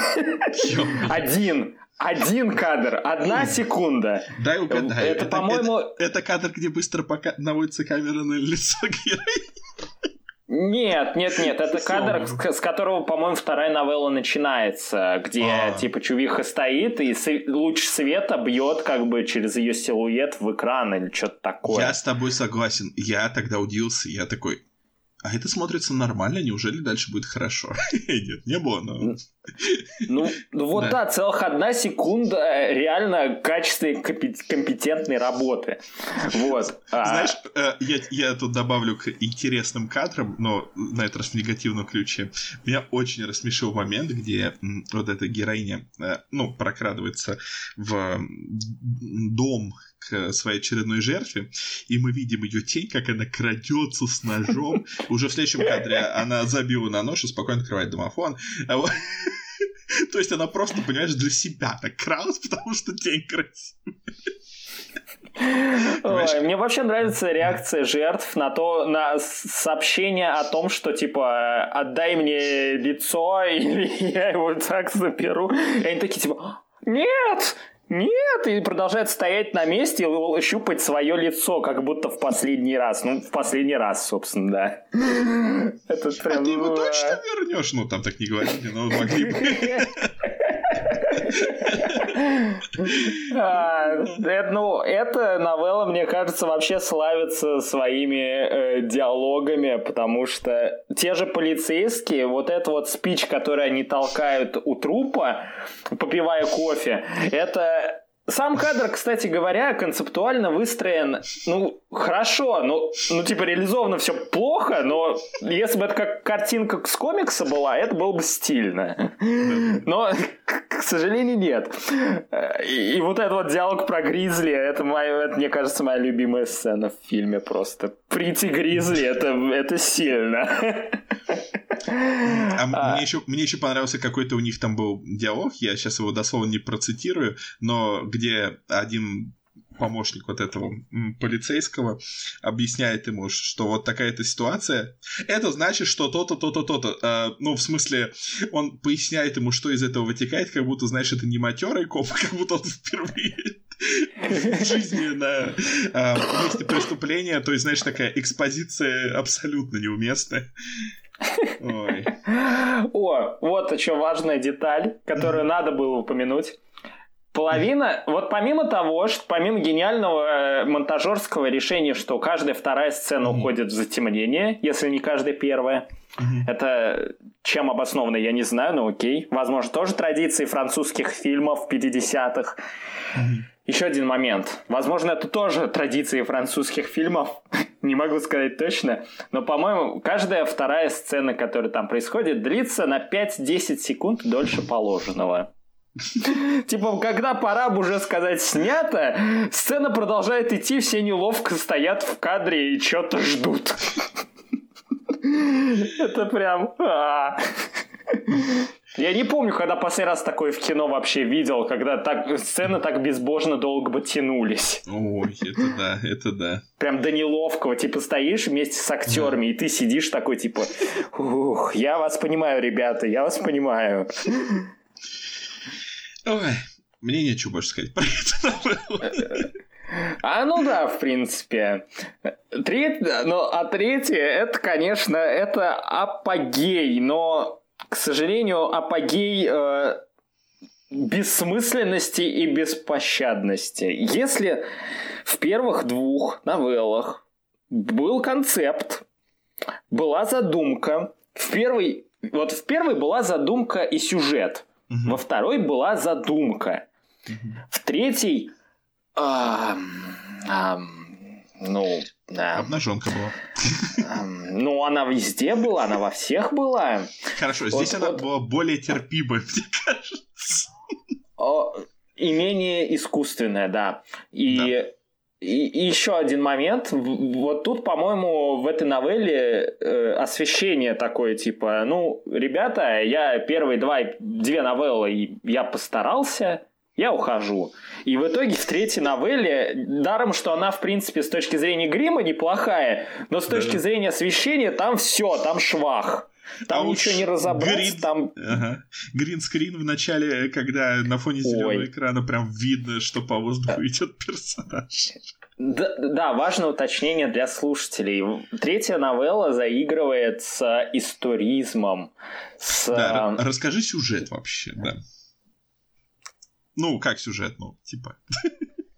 Один. Один кадр. Одна секунда. Дай угадай. Это, это по-моему... Это, это кадр, где быстро пока... наводится камера на лицо героини. Нет, нет, нет, это кадр, с, с которого, по-моему, вторая новелла начинается, где, а. типа, чувиха стоит, и с- луч света бьет, как бы, через ее силуэт в экран или что-то такое. Я с тобой согласен. Я тогда удивился, я такой, а это смотрится нормально, неужели дальше будет хорошо? Нет, не было, но... Ну, вот да, целых одна секунда реально качественной, компетентной работы. Вот. Знаешь, я, я тут добавлю к интересным кадрам, но на этот раз в негативном ключе. Меня очень рассмешил момент, где вот эта героиня, ну, прокрадывается в дом к своей очередной жертве, и мы видим ее тень, как она крадется с ножом. Уже в следующем кадре она забила на нож и спокойно открывает домофон. А вот... То есть она просто, понимаешь, для себя так кралась, потому что тень красивая. Ой, мне вообще нравится реакция жертв на то, на сообщение о том, что типа отдай мне лицо, или я его так заберу. И они такие типа нет! Нет! И продолжает стоять на месте и щупать свое лицо, как будто в последний раз. Ну, в последний раз, собственно, да. Это прям... А ты его точно вернешь? Ну, там так не говорили, но могли бы. Ну, эта новелла, мне кажется, вообще славится своими э, диалогами, потому что те же полицейские, вот этот вот спич, который они толкают у трупа, попивая кофе, это... Сам кадр, кстати говоря, концептуально выстроен, ну, хорошо, ну, ну, типа, реализовано все плохо, но если бы это как картинка с комикса была, это было бы стильно. Но, к, к сожалению, нет. И, и вот этот вот диалог про Гризли, это, моя, это, мне кажется, моя любимая сцена в фильме просто. Прийти Гризли, это, это сильно. А, а... Мне, еще, мне еще понравился какой-то у них там был диалог, я сейчас его дословно не процитирую, но где один помощник вот этого полицейского объясняет ему, что вот такая-то ситуация, это значит, что то-то, то-то, то-то. А, ну, в смысле, он поясняет ему, что из этого вытекает, как будто, знаешь, это не матерый коп, как будто он впервые в жизни на а, месте преступления, то есть, знаешь, такая экспозиция абсолютно неуместная. Ой. О, вот еще важная деталь, которую надо было упомянуть. Половина, вот помимо того, что помимо гениального монтажерского решения, что каждая вторая сцена mm-hmm. уходит в затемнение, если не каждая первая, mm-hmm. это чем обосновано, я не знаю, но окей. Возможно, тоже традиции французских фильмов пятидесятых. Mm-hmm. Еще один момент. Возможно, это тоже традиции французских фильмов. Не могу сказать точно. Но, по-моему, каждая вторая сцена, которая там происходит, длится на пять-десять секунд дольше положенного. Типа, когда пора бы уже сказать «снято», сцена продолжает идти, все неловко стоят в кадре и что-то ждут. Это прям... Я не помню, когда последний раз такое в кино вообще видел, когда так, сцены так безбожно долго бы тянулись. Ой, это да, это да. Прям до неловкого. Типа стоишь вместе с актерами, да. И ты сидишь такой, типа, ух, я вас понимаю, ребята, я вас понимаю. Ой, мне нечего больше сказать про это. А ну да, в принципе. Треть, ну, а третье, это, конечно, это апогей, но... К сожалению, апогей э, бессмысленности и беспощадности. Если в первых двух новеллах был концепт, была задумка, в первой, вот в первой была задумка и сюжет, угу. Во второй была задумка, угу. В третьей, э, э, ну... Да. Обнаженка была. Ну, она везде была, она во всех была. Хорошо, здесь вот, она вот... была более терпимая, мне кажется. И менее искусственная, да. И, да. и, и еще один момент. Вот тут, по-моему, в этой новелле э, освещение такое, типа, ну, ребята, я первые два, две новеллы я постарался, я ухожу. И в итоге в третьей новелле, даром, что она, в принципе, с точки зрения грима неплохая, но с точки да. зрения освещения там все, там швах. Там а ничего не разобрать. Грин... Там... Ага. Гринскрин в начале, когда на фоне зеленого экрана прям видно, что по воздуху идет персонаж. Да, да, важное уточнение для слушателей. Третья новелла заигрывает с историзмом. С... Да, расскажи сюжет вообще, да. Ну, как сюжет, ну, типа.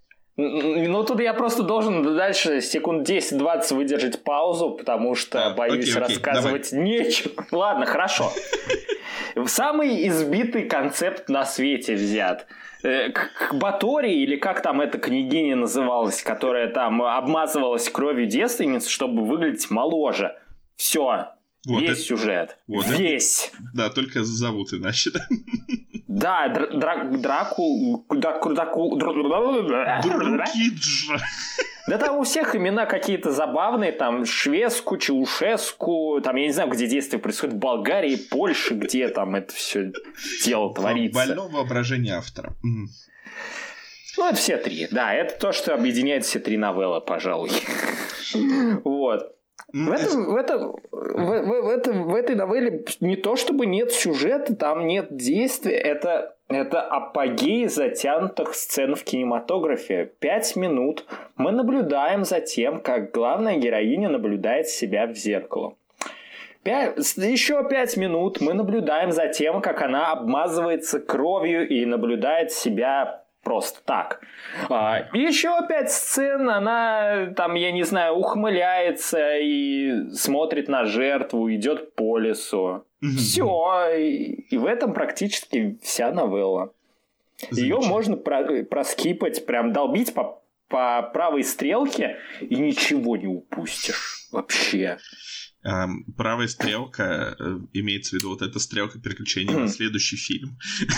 Ну, тут я просто должен дальше секунд десять-двадцать выдержать паузу, потому что, а, боюсь, окей, окей, рассказывать давай. Нечего. Ладно, хорошо. Самый избитый концепт на свете взят. К Батори, или как там эта княгиня называлась, которая там обмазывалась кровью девственницы, чтобы выглядеть моложе. Все. Вот весь это, сюжет. Вот весь. Это, да, только зовут иначе. Да, дра- Драку... Драку... Драку... Друкиджа. Да там у всех имена какие-то забавные, там Швеску, Чаушеску, там я не знаю, где действие происходит, в Болгарии, Польше, где там это все дело творится. Больное воображение автора. Ну, это все три. Да, это то, что объединяет все три новеллы, пожалуй. Вот. В, этом, в, этом, в, в, в, этом, в этой новелле не то чтобы нет сюжета, там нет действия, это, это апогей затянутых сцен в кинематографе. Пять минут мы наблюдаем за тем, как главная героиня наблюдает себя в зеркало. Пять, еще пять минут мы наблюдаем за тем, как она обмазывается кровью и наблюдает себя просто так. А, еще пять сцен, она там, я не знаю, ухмыляется и смотрит на жертву, идет по лесу. Mm-hmm. Все. И, и в этом практически вся новелла. Ее можно про- проскипать, прям долбить по, по правой стрелке, и ничего не упустишь. Вообще. Um, правая стрелка, э, имеется в виду вот эта стрелка переключения на следующий фильм.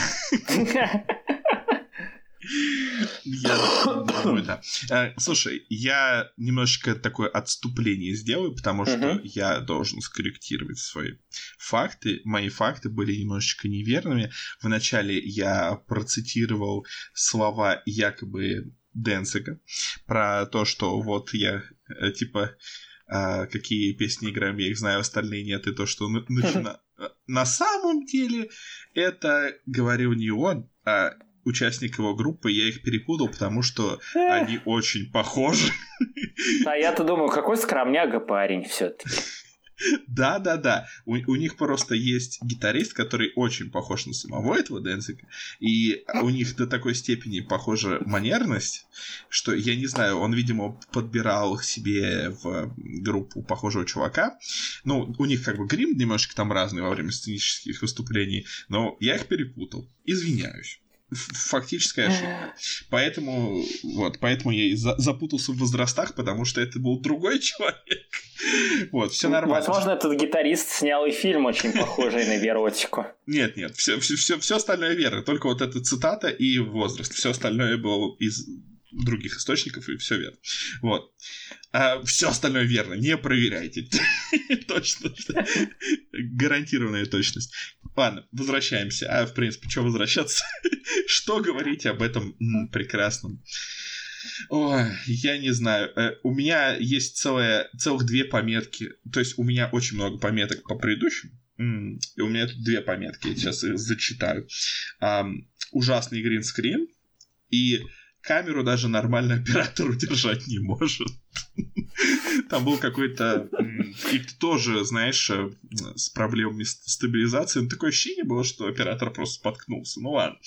Я думаю, да. Слушай, я немножечко такое отступление сделаю, потому что uh-huh. я должен скорректировать свои факты. Мои факты были немножечко неверными. Вначале я процитировал слова якобы Денцига про то, что вот я типа какие песни играем, я их знаю, остальные нет, и то, что начина... На самом деле это говорил не он, а участник его группы, я их перепутал, потому что они очень похожи. А я-то думаю, какой скромняга парень все-таки. Да-да-да. У, у них просто есть гитарист, который очень похож на самого этого Денцига, и у них до такой степени похожа манерность, что, я не знаю, он, видимо, подбирал себе в группу похожего чувака. Ну, у них как бы грим немножко там разный во время сценических выступлений, но я их перепутал. Извиняюсь. Фактическая ошибка. Поэтому, вот, поэтому я и за- запутался в возрастах, потому что это был другой человек. Вот, все нормально. Возможно, этот гитарист снял и фильм, очень похожий на Веротику. Нет, нет, все, все, все, все остальное верно. Только вот эта цитата и возраст. Все остальное было из других источников, и все верно. Вот. А все остальное верно. Не проверяйте. Точно. Гарантированная точность. Ладно, возвращаемся. А, в принципе, что возвращаться? Что говорить об этом м, прекрасном? Ой, я не знаю. Э, у меня есть целая, целых две пометки. То есть у меня очень много пометок по предыдущим. М, и у меня тут две пометки. Я сейчас их зачитаю. Эм, ужасный гринскрин. И камеру даже нормальный оператор удержать не может. Там был какой-то... И тоже, знаешь, с проблемами стабилизации. Но такое ощущение было, что оператор просто споткнулся. Ну ладно.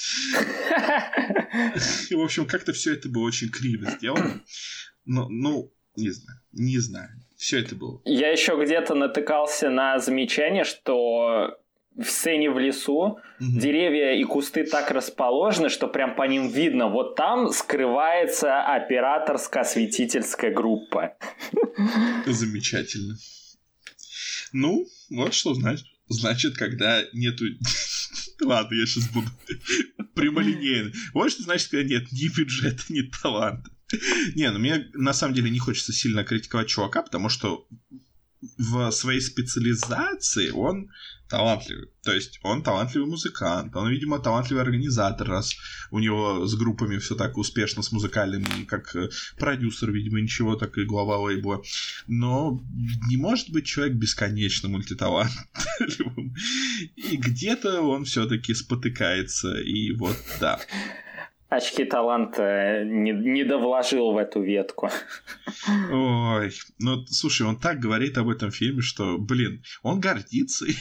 И, в общем, как-то все это было очень криво сделано. Ну, ну, не знаю. Не знаю. Все это было. Я еще где-то натыкался на замечание, что в сцене в лесу mm-hmm. деревья и кусты так расположены, что прям по ним видно. Вот там скрывается операторско-осветительская группа. Замечательно. Ну, вот что значит. Значит, когда нету... Ладно, я сейчас буду прямолинейный. Вот что значит, когда нет ни бюджета, ни таланта. Не, ну мне на самом деле не хочется сильно критиковать чувака, потому что в своей специализации он талантливый. То есть он талантливый музыкант, он, видимо, талантливый организатор, раз у него с группами все так успешно, с музыкальным, как продюсер, видимо, ничего, так и глава лейбла. Но не может быть человек бесконечно мультиталантливым. И где-то он все-таки спотыкается, и вот, да. Очки таланта не, не довложил в эту ветку. Ой, ну, слушай, он так говорит об этом фильме, что, блин, он гордится им.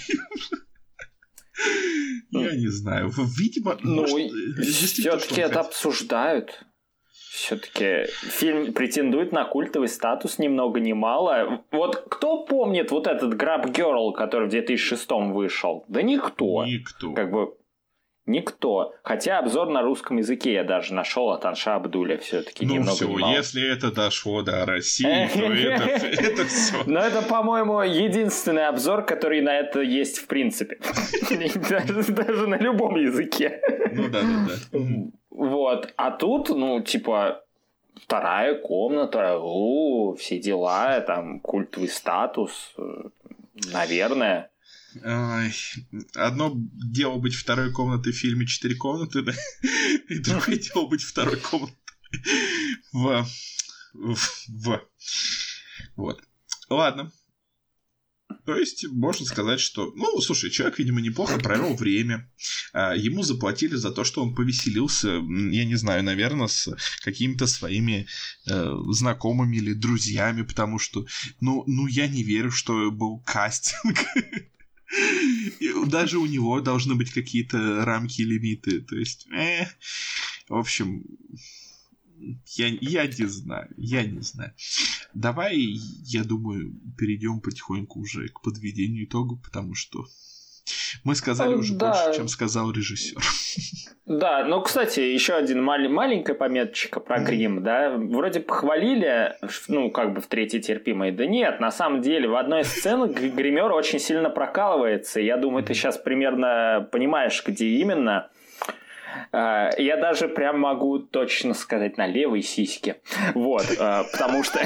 Я не знаю. Видимо, ну, все-таки это обсуждают. Все-таки фильм претендует на культовый статус ни много ни мало. Вот кто помнит вот этот Grab Girl, который в две тысячи шестом вышел? Да никто. Никто. Как бы никто. Хотя обзор на русском языке я даже нашел от Анша Абдуля все-таки ну немного все, не мало. Если это дошло до России, то это все. Но это, по-моему, единственный обзор, который на это есть в принципе. Даже на любом языке. Ну да, да, да. Вот. А тут, ну, типа, вторая комната, у, все дела, там, культовый статус, наверное. Ой, одно дело быть второй комнатой в фильме «Четыре комнаты», да? И другое дело быть второй комнатой в... в... в... Вот. Ладно. То есть, можно сказать, что... Ну, слушай, человек, видимо, неплохо провел время. Ему заплатили за то, что он повеселился, я не знаю, наверное, с какими-то своими э, знакомыми или друзьями, потому что, ну, ну, я не верю, что был кастинг. Даже у него должны быть какие-то рамки и лимиты. То есть, э, в общем... Я, я не знаю, я не знаю. Давай, я думаю, перейдем потихоньку уже к подведению итогов, потому что мы сказали уже да. больше, чем сказал режиссер. Да, ну, кстати, еще один мал- маленькая пометочка про грим, да, вроде похвалили, ну, как бы в третьей терпимой, да нет, на самом деле в одной из сцен гример очень сильно прокалывается, я думаю, ты сейчас примерно понимаешь, где именно. Я даже прям могу точно сказать на левой сиське. Вот, потому что...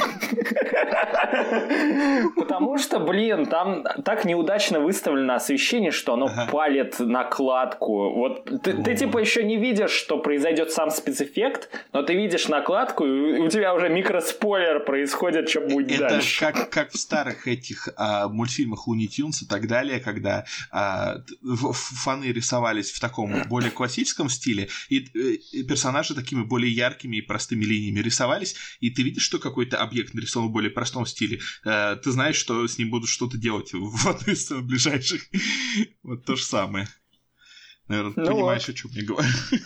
Потому что, блин, там так неудачно выставлено освещение, что оно ага. палит накладку. Вот ты, ты типа еще не видишь, что произойдет сам спецэффект, но ты видишь накладку, и у тебя уже микроспойлер происходит, что будет Это дальше. Это как, как в старых этих а, мультфильмах Луни Тюнс и так далее, когда а, фаны рисовались в таком более классическом стиле, и, и персонажи такими более яркими и простыми линиями рисовались, и ты видишь, что какой-то объект нарисован в более простом стиле. Э, ты знаешь, что с ним будут что-то делать в одной из сцен ближайших. Вот то же самое. Наверное, ну понимаешь, вот. О чем я говорю.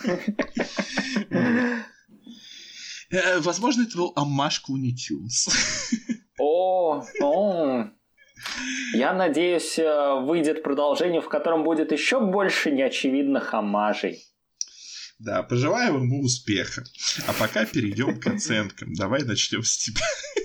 Возможно, это был оммаж к Луни Тюнс. О, о. Я надеюсь, выйдет продолжение, в котором будет еще больше неочевидных оммажей. Да, пожелаем ему успеха. А пока перейдем к оценкам. Давай начнем с тебя.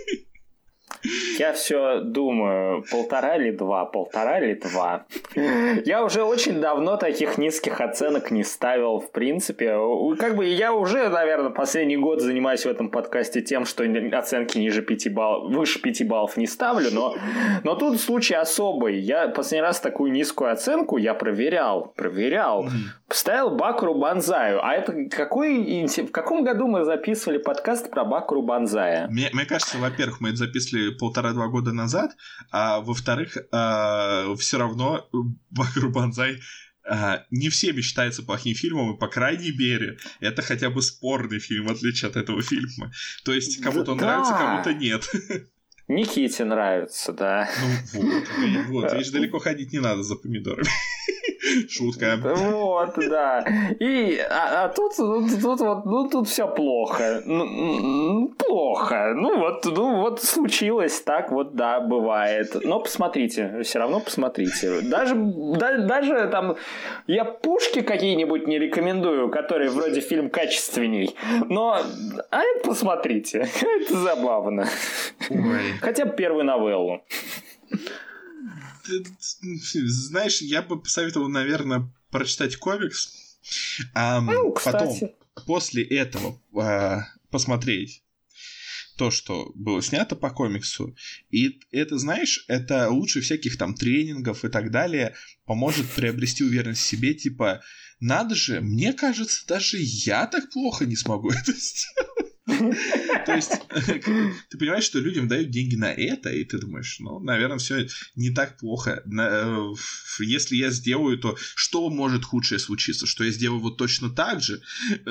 Я все думаю, полтора или два, полтора или два. Я уже очень давно таких низких оценок не ставил, в принципе. Как бы я уже, наверное, последний год занимаюсь в этом подкасте тем, что оценки ниже пяти баллов, выше пяти баллов не ставлю, но, но тут случай особый. Я последний раз такую низкую оценку я проверял, проверял. Поставил Бакуру Банзаю. А это какой, в каком году мы записывали подкаст про Бакуру Банзая? Мне, мне кажется, во-первых, мы это записывали полтора-два года назад, а во-вторых, э, все равно Бакуру Банзай э, не всеми считается плохим фильмом, и, по крайней мере, это хотя бы спорный фильм, в отличие от этого фильма. То есть, кому-то он да. нравится, кому-то нет. Никите нравится, да. Ну вот, вот, видишь, далеко ходить не надо за помидорами. Шутка. Вот, да. И, а, а тут, тут, тут, вот, ну, тут все плохо. Ну, плохо. Ну вот, ну, вот случилось так, вот, да, бывает. Но посмотрите, все равно посмотрите. Даже, да, даже там, я пушки какие-нибудь не рекомендую, которые вроде фильм качественней. Но, а это посмотрите. Это забавно. Ой. Хотя бы первую новеллу. Знаешь, я бы посоветовал, наверное, прочитать комикс, а ну, потом, после этого, а, посмотреть то, что было снято по комиксу. И это, знаешь, это лучше всяких там тренингов и так далее, поможет приобрести уверенность в себе, типа, надо же, мне кажется, даже я так плохо не смогу это сделать. То есть, ты понимаешь, что людям дают деньги на это, и ты думаешь, ну, наверное, все не так плохо. Если я сделаю, то что может худшее случиться? Что я сделаю вот точно так же?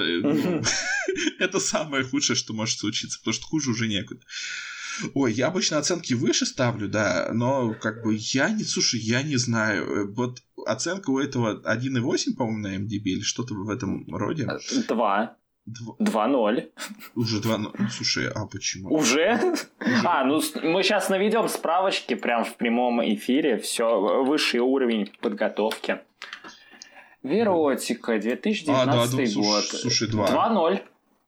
Это самое худшее, что может случиться, потому что хуже уже некуда. Ой, я обычно оценки выше ставлю, да, но как бы я не, слушай, я не знаю. Вот оценка у этого один и восемь, по-моему, на эм ди би или что-то в этом роде. Два. два ноль. Уже два ноль. Слушай, а почему? Уже? А, ну мы сейчас наведем справочки прям в прямом эфире. Все, высший уровень подготовки. Веротика, две тысячи девятнадцатый а, да, год. Слушай, два. два ноль.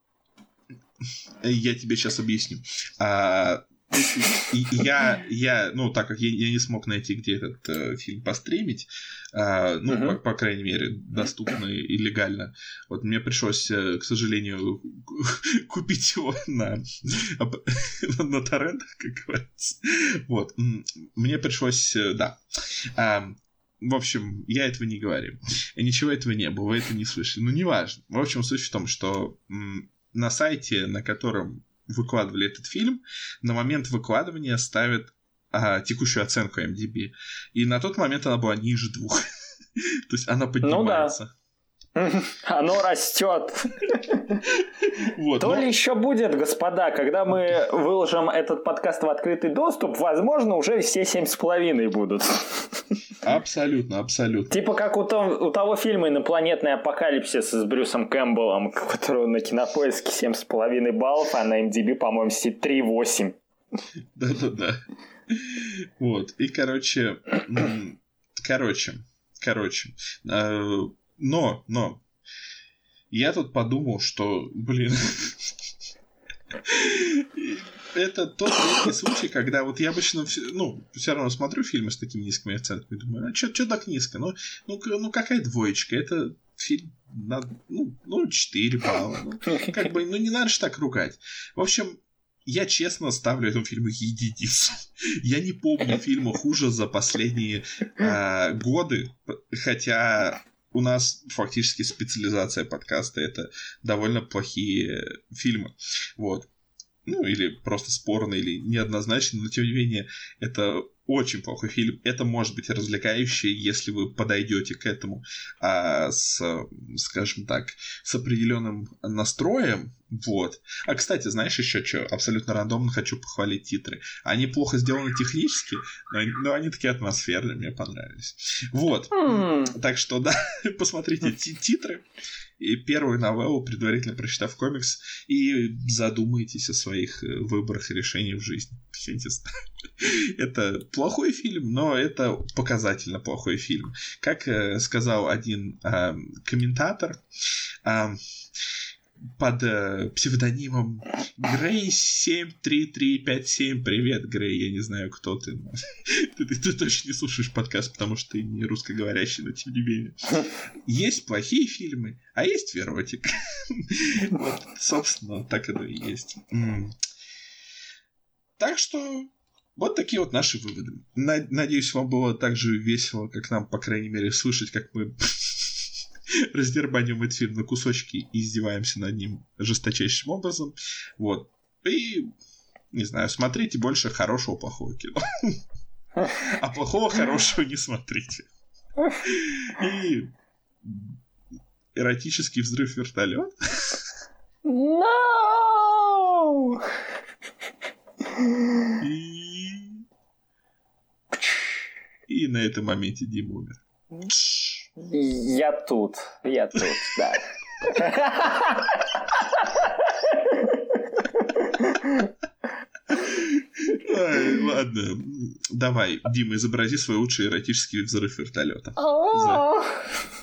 Я тебе сейчас объясню. А, я, я, ну, так как я, я не смог найти, где этот э, фильм постримить, э, ну, uh-huh. по, по крайней мере, доступно и легально, вот мне пришлось, э, к сожалению, купить его на, на торрентах, как говорится. Вот. Мне пришлось, э, да. А, в общем, я этого не говорю. Ничего этого не было, вы это не слышали. Ну, неважно. В общем, суть в том, что м, на сайте, на котором выкладывали этот фильм, на момент выкладывания ставят а, текущую оценку эм ди би. И на тот момент она была ниже двух. То есть она поднимается. Ну да. Оно растет. Вот, То но... ли еще будет, господа, когда мы выложим этот подкаст в открытый доступ, возможно, уже все семь с половиной будут. Абсолютно, абсолютно. Типа как у, том, у того фильма «Инопланетный апокалипсис» с Брюсом Кэмпбеллом, у которого на Кинопоиске семь с половиной баллов, а на эм ди би, по-моему, три восемь. Да-да-да. Вот. И, короче... Короче. Короче. Но, но... Я тут подумал, что, блин... Это тот редкий случай, когда вот я обычно, ну, все равно смотрю фильмы с такими низкими оценками, думаю, а что так низко? Ну, ну, ну, какая двоечка? Это фильм на, ну, ну, четыре балла. Ну, как бы, ну, не надо же так ругать. В общем, я честно ставлю этому фильму единицу. Я не помню фильма хуже за последние э, годы, хотя... У нас фактически специализация подкаста — это довольно плохие фильмы. Вот. Ну, или просто спорные, или неоднозначные, но тем не менее, это очень плохой фильм. Это может быть развлекающий, если вы подойдете к этому а, с, скажем так, с определенным настроем. Вот. А, кстати, знаешь еще что? Абсолютно рандомно хочу похвалить титры. Они плохо сделаны технически, но они, но они такие атмосферные, мне понравились. Вот. Mm. Так что, да, посмотрите титры. И первую новеллу, предварительно прочитав комикс, и задумайтесь о своих выборах и решениях в жизни. Это плохой фильм, но это показательно плохой фильм. Как э, сказал один э, комментатор, э, под э, псевдонимом Грей семь три три пять семь. Привет, Грей, я не знаю, кто ты. ты, ты. Ты точно не слушаешь подкаст, потому что ты не русскоговорящий, но тем не менее. Есть плохие фильмы, а есть Веротик. Вот, собственно, так оно и есть. Так что вот такие вот наши выводы. Надеюсь, вам было так же весело, как нам, по крайней мере, слышать, как мы раздербаним этот фильм на кусочки и издеваемся над ним жесточайшим образом. Вот. И, не знаю, смотрите больше хорошего, плохого кино. А плохого, хорошего не смотрите. И эротический взрыв вертолет. No! И... И на этом моменте Дима умер. Я тут, я тут, да. Ай, ладно, давай, Дима, изобрази свой лучший эротический взрыв вертолета.